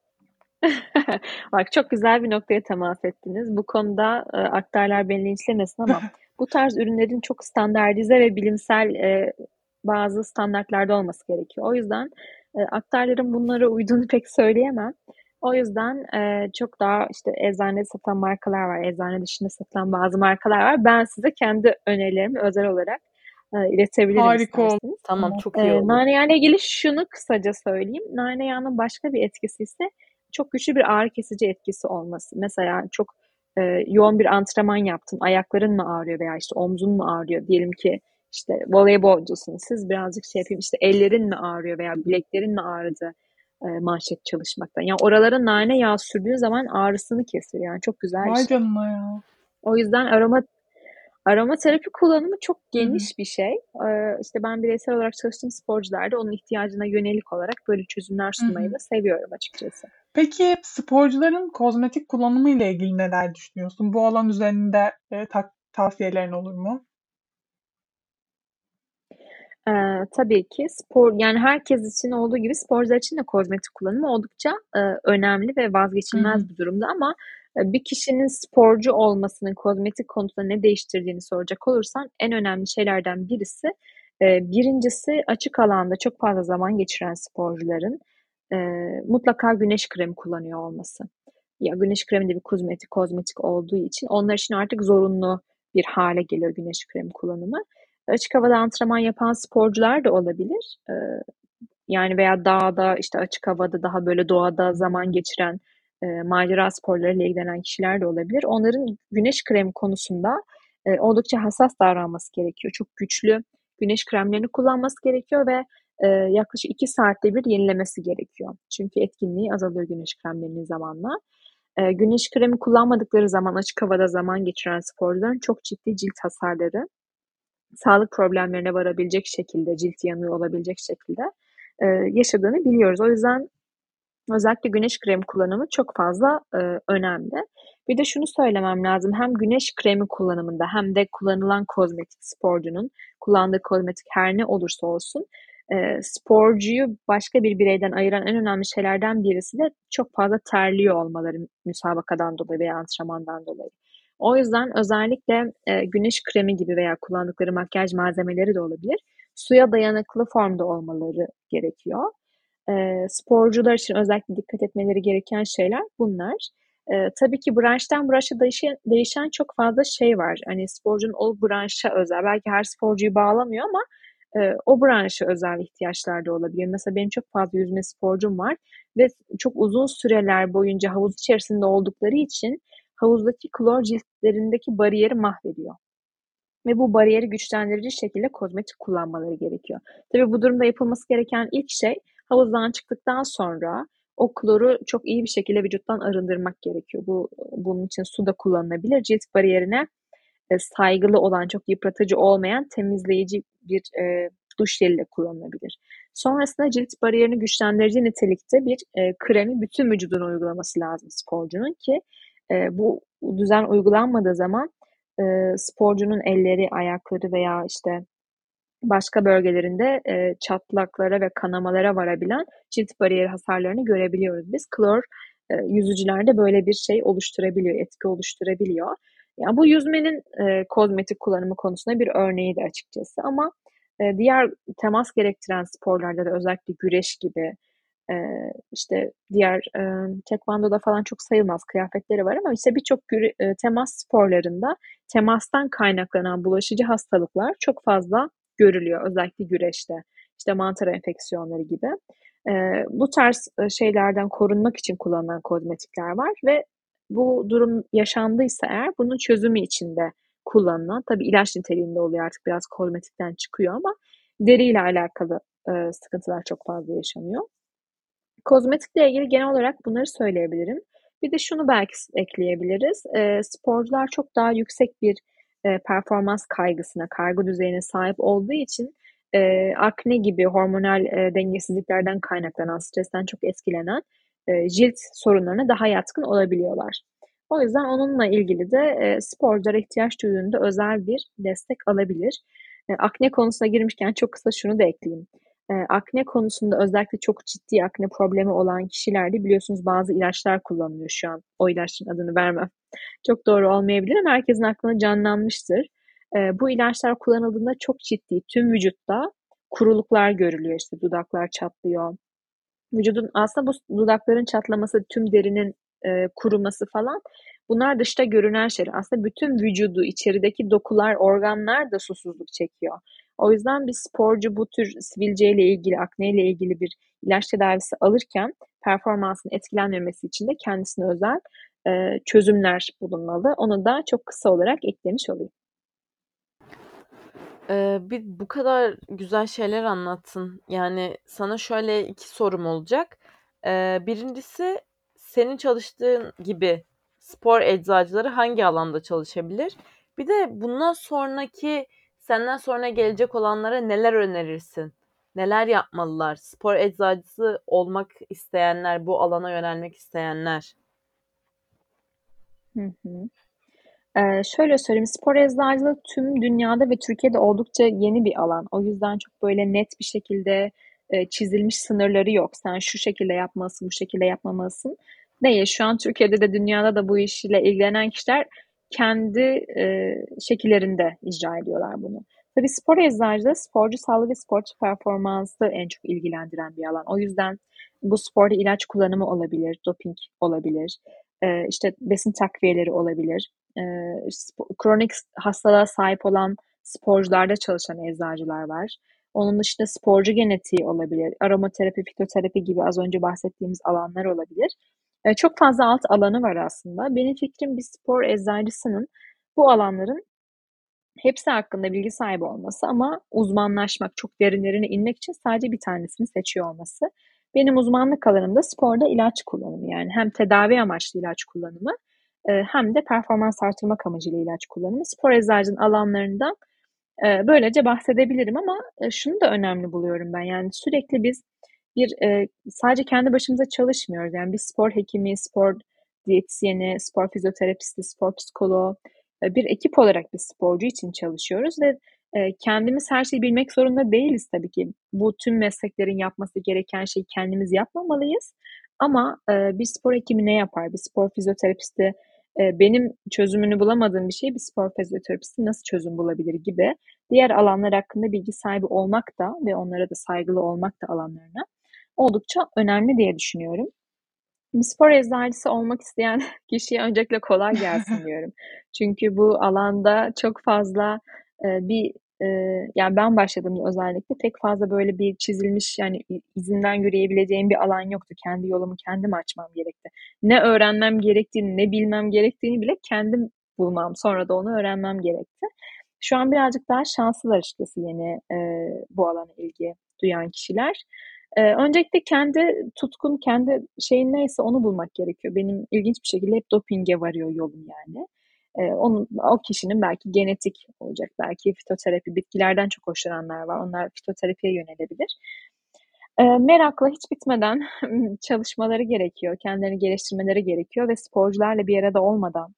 Bak çok güzel bir noktaya temas ettiniz. Bu konuda e, aktarlar beni linçlemesin ama bu tarz ürünlerin çok standartize ve bilimsel e, bazı standartlarda olması gerekiyor. O yüzden e, aktarların bunlara uyduğunu pek söyleyemem. O yüzden e, çok daha işte eczanede satılan markalar var, eczane dışında satılan bazı markalar var. Ben size kendi önerilerimi özel olarak e, iletebilirim Harika oldu. isterseniz. Tamam, çok iyi E, olur. nane yağıyla ilgili şunu kısaca söyleyeyim. Nane yağının başka bir etkisi ise çok güçlü bir ağrı kesici etkisi olması. Mesela çok e, yoğun bir antrenman yaptın, ayakların mı ağrıyor veya işte omzun mu ağrıyor? Diyelim ki işte voleybolcusunuz, siz birazcık şey yapayım işte ellerin mi ağrıyor veya bileklerin mi ağrıdı e, manşet çalışmaktan? Yani oralara nane yağı sürdüğü zaman ağrısını kesiyor. Yani çok güzel bir Vay şey. canına ya. O yüzden aroma Aromaterapi kullanımı çok Hı hı. geniş bir şey. Ee, işte ben bireysel olarak çalıştığım sporcularda onun ihtiyacına yönelik olarak böyle çözümler Hı sunmayı hı. da seviyorum açıkçası. Peki sporcuların kozmetik kullanımı ile ilgili neler düşünüyorsun? Bu alan üzerinde e, ta- tavsiyelerin olur mu? Ee, tabii ki spor yani herkes için olduğu gibi sporcular için de kozmetik kullanımı oldukça e, önemli ve Hı hı. vazgeçilmez bir durumda ama e, bir kişinin sporcu olmasının kozmetik konusunda ne değiştirdiğini soracak olursan en önemli şeylerden birisi e, birincisi açık alanda çok fazla zaman geçiren sporcuların e, mutlaka güneş kremi kullanıyor olması. Ya güneş kremi de bir kozmetik kozmetik olduğu için onlar için artık zorunlu bir hale geliyor güneş kremi kullanımı. Açık havada antrenman yapan sporcular da olabilir. Ee, yani veya dağda, işte açık havada, daha böyle doğada zaman geçiren, e, macera sporlarıyla ilgilenen kişiler de olabilir. Onların güneş kremi konusunda e, oldukça hassas davranması gerekiyor. Çok güçlü güneş kremlerini kullanması gerekiyor ve e, yaklaşık iki saatte bir yenilemesi gerekiyor. Çünkü etkinliği azalıyor güneş kremlerinin zamanla. E, güneş kremi kullanmadıkları zaman, açık havada zaman geçiren sporcuların çok ciddi cilt hasarları, sağlık problemlerine varabilecek şekilde, cilt yanığı olabilecek şekilde e, yaşadığını biliyoruz. O yüzden özellikle güneş kremi kullanımı çok fazla e, önemli. Bir de şunu söylemem lazım. Hem güneş kremi kullanımında hem de kullanılan kozmetik, sporcunun kullandığı kozmetik her ne olursa olsun, e, sporcuyu başka bir bireyden ayıran en önemli şeylerden birisi de çok fazla terliyor olmaları, müsabakadan dolayı veya antrenmandan dolayı. O yüzden özellikle e, güneş kremi gibi veya kullandıkları makyaj malzemeleri de olabilir, suya dayanıklı formda olmaları gerekiyor. Eee, sporcular için özellikle dikkat etmeleri gereken şeyler bunlar. Eee, tabii ki branştan branşa değişen, değişen çok fazla şey var. Hani sporcunun o branşa özel, belki her sporcuyu bağlamıyor ama e, o branşa özel ihtiyaçlar da olabiliyor. Mesela benim çok fazla yüzme sporcum var ve çok uzun süreler boyunca havuz içerisinde oldukları için havuzdaki klor ciltlerindeki bariyeri mahvediyor. Ve bu bariyeri güçlendirici şekilde kozmetik kullanmaları gerekiyor. Tabii bu durumda yapılması gereken ilk şey, havuzdan çıktıktan sonra o kloru çok iyi bir şekilde vücuttan arındırmak gerekiyor. Bu bunun için su da kullanılabilir. Cilt bariyerine e, saygılı olan, çok yıpratıcı olmayan temizleyici bir e, duş jeli de kullanılabilir. Sonrasında cilt bariyerini güçlendirici nitelikte bir e, kremi bütün vücuduna uygulaması lazım sporcunun ki e, bu düzen uygulanmadığı zaman e, sporcunun elleri, ayakları veya işte başka bölgelerinde e, çatlaklara ve kanamalara varabilen cilt bariyeri hasarlarını görebiliyoruz biz. Klor e, yüzücülerde böyle bir şey oluşturabiliyor, etki oluşturabiliyor. Yani bu yüzmenin e, kozmetik kullanımı konusunda bir örneği de açıkçası. Ama e, diğer temas gerektiren sporlarda da, özellikle güreş gibi, e, işte diğer e, tekvandoda falan çok sayılmaz, kıyafetleri var ama işte birçok e, temas sporlarında temastan kaynaklanan bulaşıcı hastalıklar çok fazla görülüyor. Özellikle güreşte. İşte mantar enfeksiyonları gibi. Ee, bu tarz e, şeylerden korunmak için kullanılan kozmetikler var ve bu durum yaşandıysa eğer, bunun çözümü için de kullanılan, tabii ilaç niteliğinde oluyor, artık biraz kozmetikten çıkıyor ama deriyle alakalı e, sıkıntılar çok fazla yaşanıyor. Kozmetikle ilgili genel olarak bunları söyleyebilirim. Bir de şunu belki ekleyebiliriz. E, sporcular çok daha yüksek bir e, performans kaygısına, kaygı düzeyine sahip olduğu için e, akne gibi hormonal e, dengesizliklerden kaynaklanan, stresten çok etkilenen e, cilt sorunlarına daha yatkın olabiliyorlar. O yüzden onunla ilgili de e, sporculara ihtiyaç duyduğunda özel bir destek alabilir. E, akne konusuna girmişken çok kısa şunu da ekleyeyim. E, akne konusunda özellikle çok ciddi akne problemi olan kişilerde biliyorsunuz bazı ilaçlar kullanılıyor şu an. O ilaçların adını vermem. Çok doğru olmayabilir ama herkesin aklına canlanmıştır. E, bu ilaçlar kullanıldığında çok ciddi tüm vücutta kuruluklar görülüyor. İşte dudaklar çatlıyor. Vücudun aslında bu dudakların çatlaması, tüm derinin e, kuruması falan, bunlar dışta görünen şeyler. Aslında bütün vücudu, içerideki dokular, organlar da susuzluk çekiyor. O yüzden bir sporcu bu tür sivilceyle ilgili, akneyle ilgili bir ilaç tedavisi alırken performansın etkilenmemesi için de kendisine özel e, çözümler bulunmalı. Onu da çok kısa olarak eklemiş olayım. Eee, bir bu kadar güzel şeyler anlattın. Yani sana şöyle iki sorum olacak. Eee, birincisi, senin çalıştığın gibi spor eczacıları hangi alanda çalışabilir? Bir de bundan sonraki, senden sonra gelecek olanlara neler önerirsin? Neler yapmalılar? Spor eczacısı olmak isteyenler, bu alana yönelmek isteyenler. Hı hı. Ee, şöyle söyleyeyim, spor eczacılığı tüm dünyada ve Türkiye'de oldukça yeni bir alan. O yüzden çok böyle net bir şekilde e, çizilmiş sınırları yok. Sen şu şekilde yapmalısın, bu şekilde yapmamalısın. Değil. Şu an Türkiye'de de dünyada da bu işle ilgilenen kişiler kendi e, şekillerinde icra ediyorlar bunu. Tabii spor eczacılığı, sporcu sağlığı ve sporcu performansı en çok ilgilendiren bir alan. O yüzden bu sporda ilaç kullanımı olabilir, doping olabilir, e, işte besin takviyeleri olabilir. E, kronik hastalığa sahip olan sporcularda çalışan eczacılar var. Onun dışında sporcu genetiği olabilir. Aromaterapi, fitoterapi gibi az önce bahsettiğimiz alanlar olabilir. E, çok fazla alt alanı var aslında. Benim fikrim bir spor eczacısının bu alanların hepsi hakkında bilgi sahibi olması ama uzmanlaşmak, çok derinlerine inmek için sadece bir tanesini seçiyor olması. Benim uzmanlık alanım da sporda ilaç kullanımı. Yani hem tedavi amaçlı ilaç kullanımı e, hem de performans artırmak amacıyla ilaç kullanımı. Spor eczacının alanlarından e, böylece bahsedebilirim ama e, şunu da önemli buluyorum ben. Yani sürekli biz bir e, sadece kendi başımıza çalışmıyoruz. Yani bir spor hekimi, spor diyetisyeni, spor fizyoterapisti, spor psikoloğu, e, bir ekip olarak bir sporcu için çalışıyoruz ve e, kendimiz her şeyi bilmek zorunda değiliz tabii ki. Bu tüm mesleklerin yapması gereken şeyi kendimiz yapmamalıyız. Ama e, bir spor hekimi ne yapar? Bir spor fizyoterapisti e, benim çözümünü bulamadığım bir şeyi bir spor fizyoterapisti nasıl çözüm bulabilir gibi diğer alanlar hakkında bilgi sahibi olmak da ve onlara da saygılı olmak da alanlarına oldukça önemli diye düşünüyorum. Bir spor eczacısı olmak isteyen kişiye öncelikle kolay gelsin diyorum. Çünkü bu alanda çok fazla e, bir e, yani ben başladığımda özellikle pek fazla böyle bir çizilmiş yani izinden yürüyebileceğim bir alan yoktu. Kendi yolumu kendim açmam gerekti. Ne öğrenmem gerektiğini, ne bilmem gerektiğini bile kendim bulmam. Sonra da onu öğrenmem gerekti. Şu an birazcık daha şanslılar açıkçası yeni e, bu alana ilgi duyan kişiler. Ee, öncelikle kendi tutkun, kendi şeyin neyse onu bulmak gerekiyor. Benim ilginç bir şekilde hep dopinge varıyor yolum yani. Ee, onun, o kişinin belki genetik olacak, belki fitoterapi, bitkilerden çok hoşlananlar var. Onlar fitoterapiye yönelebilir. Ee, merakla hiç bitmeden çalışmaları gerekiyor, kendilerini geliştirmeleri gerekiyor ve sporcularla bir arada olmadan,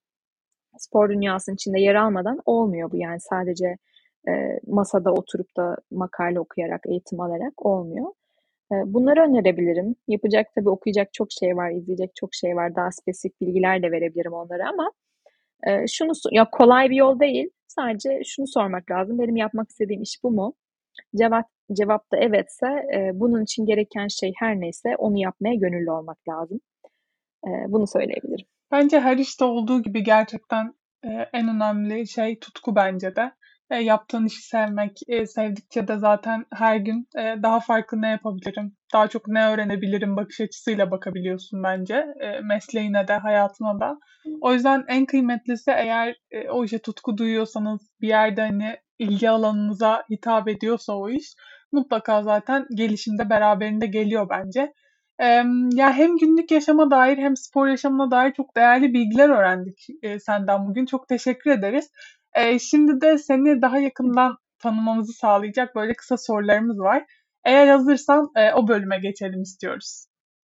spor dünyasının içinde yer almadan olmuyor bu. Yani sadece e, masada oturup da makale okuyarak, eğitim alarak olmuyor. E, bunları önerebilirim. Yapacak tabii okuyacak çok şey var, izleyecek çok şey var. Daha spesifik bilgiler de verebilirim onlara ama e, şunu ya kolay bir yol değil. Sadece şunu sormak lazım. Benim yapmak istediğim iş bu mu? Cevap cevap da evetse e, bunun için gereken şey her neyse onu yapmaya gönüllü olmak lazım. E, bunu söyleyebilirim. Bence her işte olduğu gibi gerçekten e, en önemli şey tutku bence de. E, yaptığın işi sevmek, e, sevdikçe de zaten her gün e, daha farklı ne yapabilirim, daha çok ne öğrenebilirim bakış açısıyla bakabiliyorsun bence e, mesleğine de, hayatına da. O yüzden en kıymetlisi eğer e, o işe tutku duyuyorsanız bir yerde hani ilgi alanınıza hitap ediyorsa o iş mutlaka zaten gelişimde beraberinde geliyor bence. Em, ya hem günlük yaşama dair hem spor yaşamına dair çok değerli bilgiler öğrendik e, senden bugün. Çok teşekkür ederiz. E, şimdi de seni daha yakından tanımamızı sağlayacak böyle kısa sorularımız var. Eğer hazırsan e, o bölüme geçelim istiyoruz.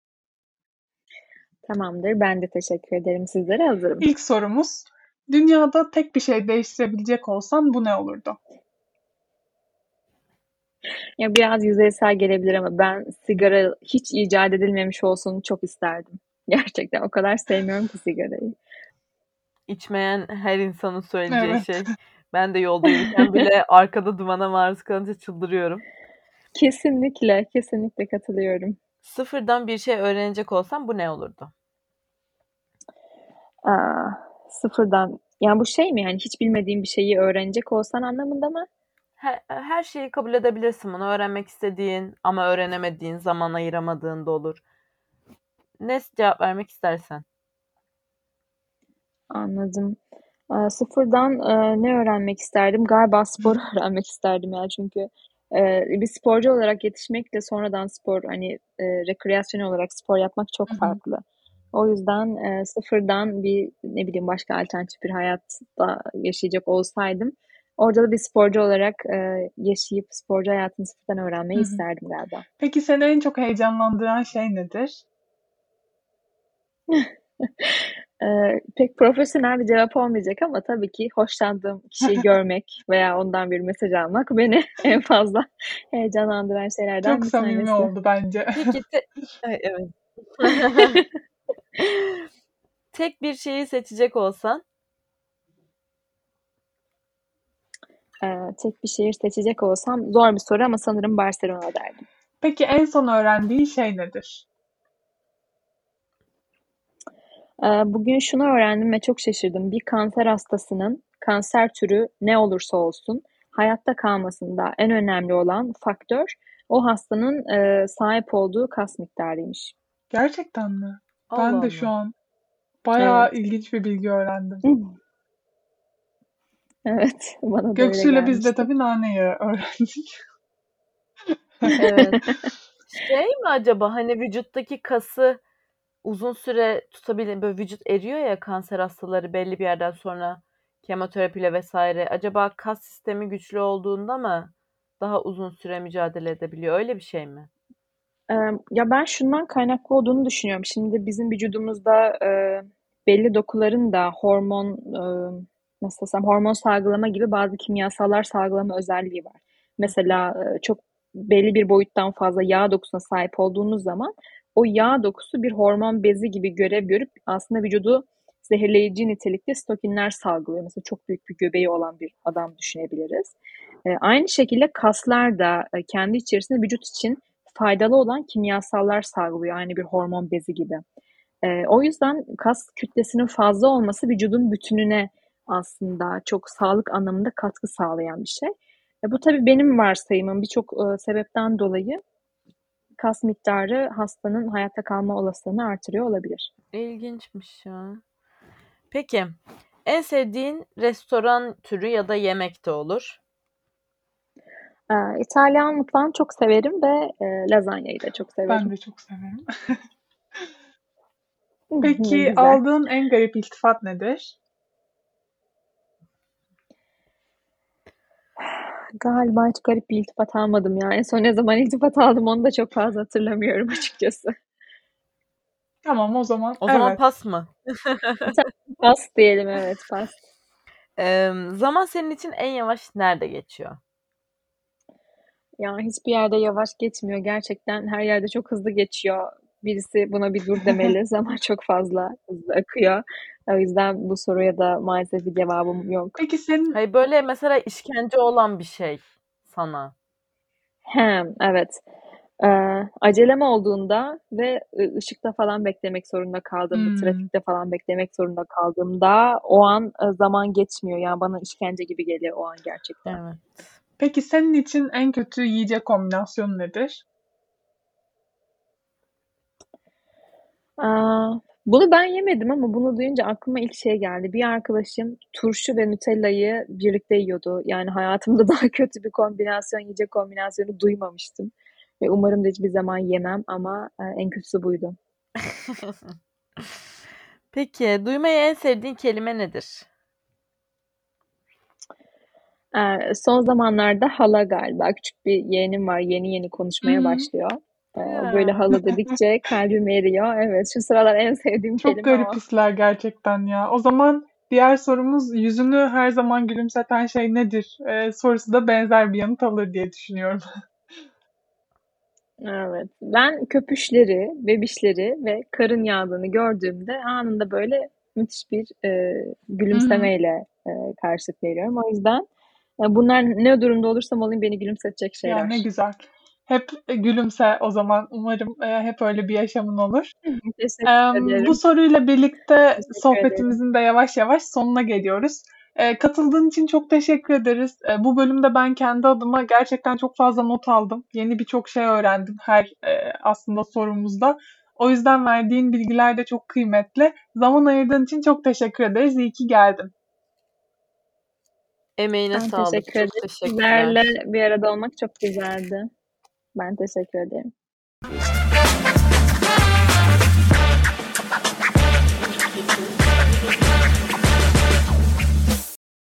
Tamamdır. Ben de teşekkür ederim. Sizlere hazırım. İlk sorumuz, dünyada tek bir şey değiştirebilecek olsan bu ne olurdu? Ya biraz yüzeysel gelebilir ama ben sigara hiç icat edilmemiş olsun çok isterdim. Gerçekten o kadar sevmiyorum ki sigarayı. İçmeyen her insanın söyleyeceği Evet. şey. Ben de yolda yürürken bile arkada dumana maruz kalınca çıldırıyorum. Kesinlikle, kesinlikle katılıyorum. Sıfırdan bir şey öğrenecek olsam bu ne olurdu? Aa, sıfırdan. Yani bu şey mi yani hiç bilmediğin bir şeyi öğrenecek olsan anlamında mı? Her, her şeyi kabul edebilirsin bunu. Öğrenmek istediğin ama öğrenemediğin, zaman ayıramadığın da olur. Ne cevap vermek istersen. Anladım. Aa, sıfırdan e, ne öğrenmek isterdim? Galiba spor öğrenmek isterdim ya çünkü e, bir sporcu olarak yetişmekle sonradan spor hani e, rekreasyon olarak spor yapmak çok Hı hı. farklı. O yüzden e, sıfırdan bir ne bileyim başka alternatif bir hayatta yaşayacak olsaydım orada da bir sporcu olarak e, yaşayıp sporcu hayatını sıfırdan Hı öğrenmeyi hı. isterdim galiba. Peki seni en çok heyecanlandıran şey nedir? Eee, pek profesyonel bir cevap olmayacak ama tabii ki hoşlandığım kişiyi görmek veya ondan bir mesaj almak beni en fazla heyecanlandıran şeylerden Çok bir samimi tanesi. oldu bence. Peki te- Ay, evet. Tek bir şeyi seçecek olsan Eee, tek bir şehir seçecek olsam zor bir soru ama sanırım Barcelona derdim. Peki en son öğrendiğin şey nedir? Eee, bugün şunu öğrendim ve çok şaşırdım. Bir kanser hastasının kanser türü ne olursa olsun hayatta kalmasında en önemli olan faktör o hastanın e, sahip olduğu kas miktarıymış. Gerçekten mi? Allah Ben de şu Allah. an bayağı Evet. ilginç bir bilgi öğrendim. Evet, bana da öyle Göksu'yla biz de gelmişti. tabii nane yağı öğrendik. Evet. Şey mi acaba hani vücuttaki kası uzun süre tutabilir, böyle vücut eriyor ya kanser hastaları belli bir yerden sonra kemoterapiyle vesaire. Acaba kas sistemi güçlü olduğunda mı daha uzun süre mücadele edebiliyor? Öyle bir şey mi? Ee, Ya ben şundan kaynaklı olduğunu düşünüyorum. Şimdi bizim vücudumuzda e, belli dokuların da hormon e, nasıl desem hormon salgılama gibi bazı kimyasallar salgılama özelliği var. Hı hı. Mesela e, çok belli bir boyuttan fazla yağ dokusuna sahip olduğunuz zaman o yağ dokusu bir hormon bezi gibi görev görüp aslında vücudu zehirleyici nitelikte stokinler salgılıyor. Mesela çok büyük bir göbeği olan bir adam düşünebiliriz. E, aynı şekilde kaslar da e, kendi içerisinde vücut için faydalı olan kimyasallar salgılıyor. Aynı bir hormon bezi gibi. Ee, o yüzden kas kütlesinin fazla olması vücudun bütününe aslında çok sağlık anlamında katkı sağlayan bir şey. E, bu tabii benim varsayımım. Birçok e, sebepten dolayı kas miktarı hastanın hayatta kalma olasılığını artırıyor olabilir. İlginçmiş ya. Peki, en sevdiğin restoran türü ya da yemek de olur. Ee, İtalyan mutfağını çok severim ve e, lazanyayı da çok Ben severim. de çok severim. Ne Peki güzel. aldığın en garip iltifat nedir? Galiba hiç garip bir iltifat almadım ya. En son ne zaman iltifat aldım onu da çok fazla hatırlamıyorum açıkçası. Tamam o zaman O zaman evet. pas mı? Tamam, pas diyelim, evet, pas. Ee, zaman senin için en yavaş nerede geçiyor? Ya hiçbir yerde yavaş geçmiyor. Gerçekten her yerde çok hızlı geçiyor. Birisi buna bir dur demeli. Zaman çok fazla hızlı akıyor. O yüzden bu soruya da maalesef bir cevabım yok. Peki senin Hayır böyle mesela işkence olan bir şey sana. Hem, evet. Ee, acelem olduğunda ve ı- ışıkta falan beklemek zorunda kaldığımda, Hmm, trafikte falan beklemek zorunda kaldığımda o an e, zaman geçmiyor. Yani bana işkence gibi geliyor o an gerçekten. Evet. peki senin için en kötü yiyecek kombinasyonu nedir? Aa, bunu ben yemedim ama bunu duyunca aklıma ilk şey geldi. Bir arkadaşım turşu ve Nutella'yı birlikte yiyordu. Yani hayatımda daha kötü bir kombinasyon, yiyecek kombinasyonu duymamıştım. Ve umarım da hiçbir zaman yemem ama e, en kötüsü buydu. Peki, duymayı en sevdiğin kelime nedir? Ee, son zamanlarda hala galiba küçük bir yeğenim var. Yeni yeni Hı konuşmaya hı. başlıyor. Ee, o böyle Ya. hala dedikçe kalbim eriyor. Evet, şu sıralar en sevdiğim Çok kelime garip o. hisler gerçekten ya. O zaman diğer sorumuz yüzünü her zaman gülümseten şey nedir? Ee, sorusu da benzer bir yanıt alır diye düşünüyorum. Evet. Ben köpüşleri, bebişleri ve karın yağdığını gördüğümde anında böyle müthiş bir e, Hı hı. gülümsemeyle e, karşılık veriyorum. O yüzden e, bunlar ne durumda olursam olayım beni gülümsetecek Ya ne şeyler. güzel. Hep gülümse o zaman. Umarım e, hep öyle bir yaşamın olur. Teşekkür Em, bu ederim. soruyla birlikte Teşekkür ederim. sohbetimizin de yavaş yavaş sonuna geliyoruz. E, katıldığın için çok teşekkür ederiz. E, bu bölümde ben kendi adıma gerçekten çok fazla not aldım. Yeni birçok şey öğrendim her e, aslında sorumuzda. O yüzden verdiğin bilgiler de çok kıymetli. Zaman ayırdığın için çok teşekkür ederiz. İyi ki geldin. Emeğine Ben sağlık. teşekkür Çok ederim. Sizlerle teşekkürler. bir arada olmak çok güzeldi. Ben teşekkür ederim.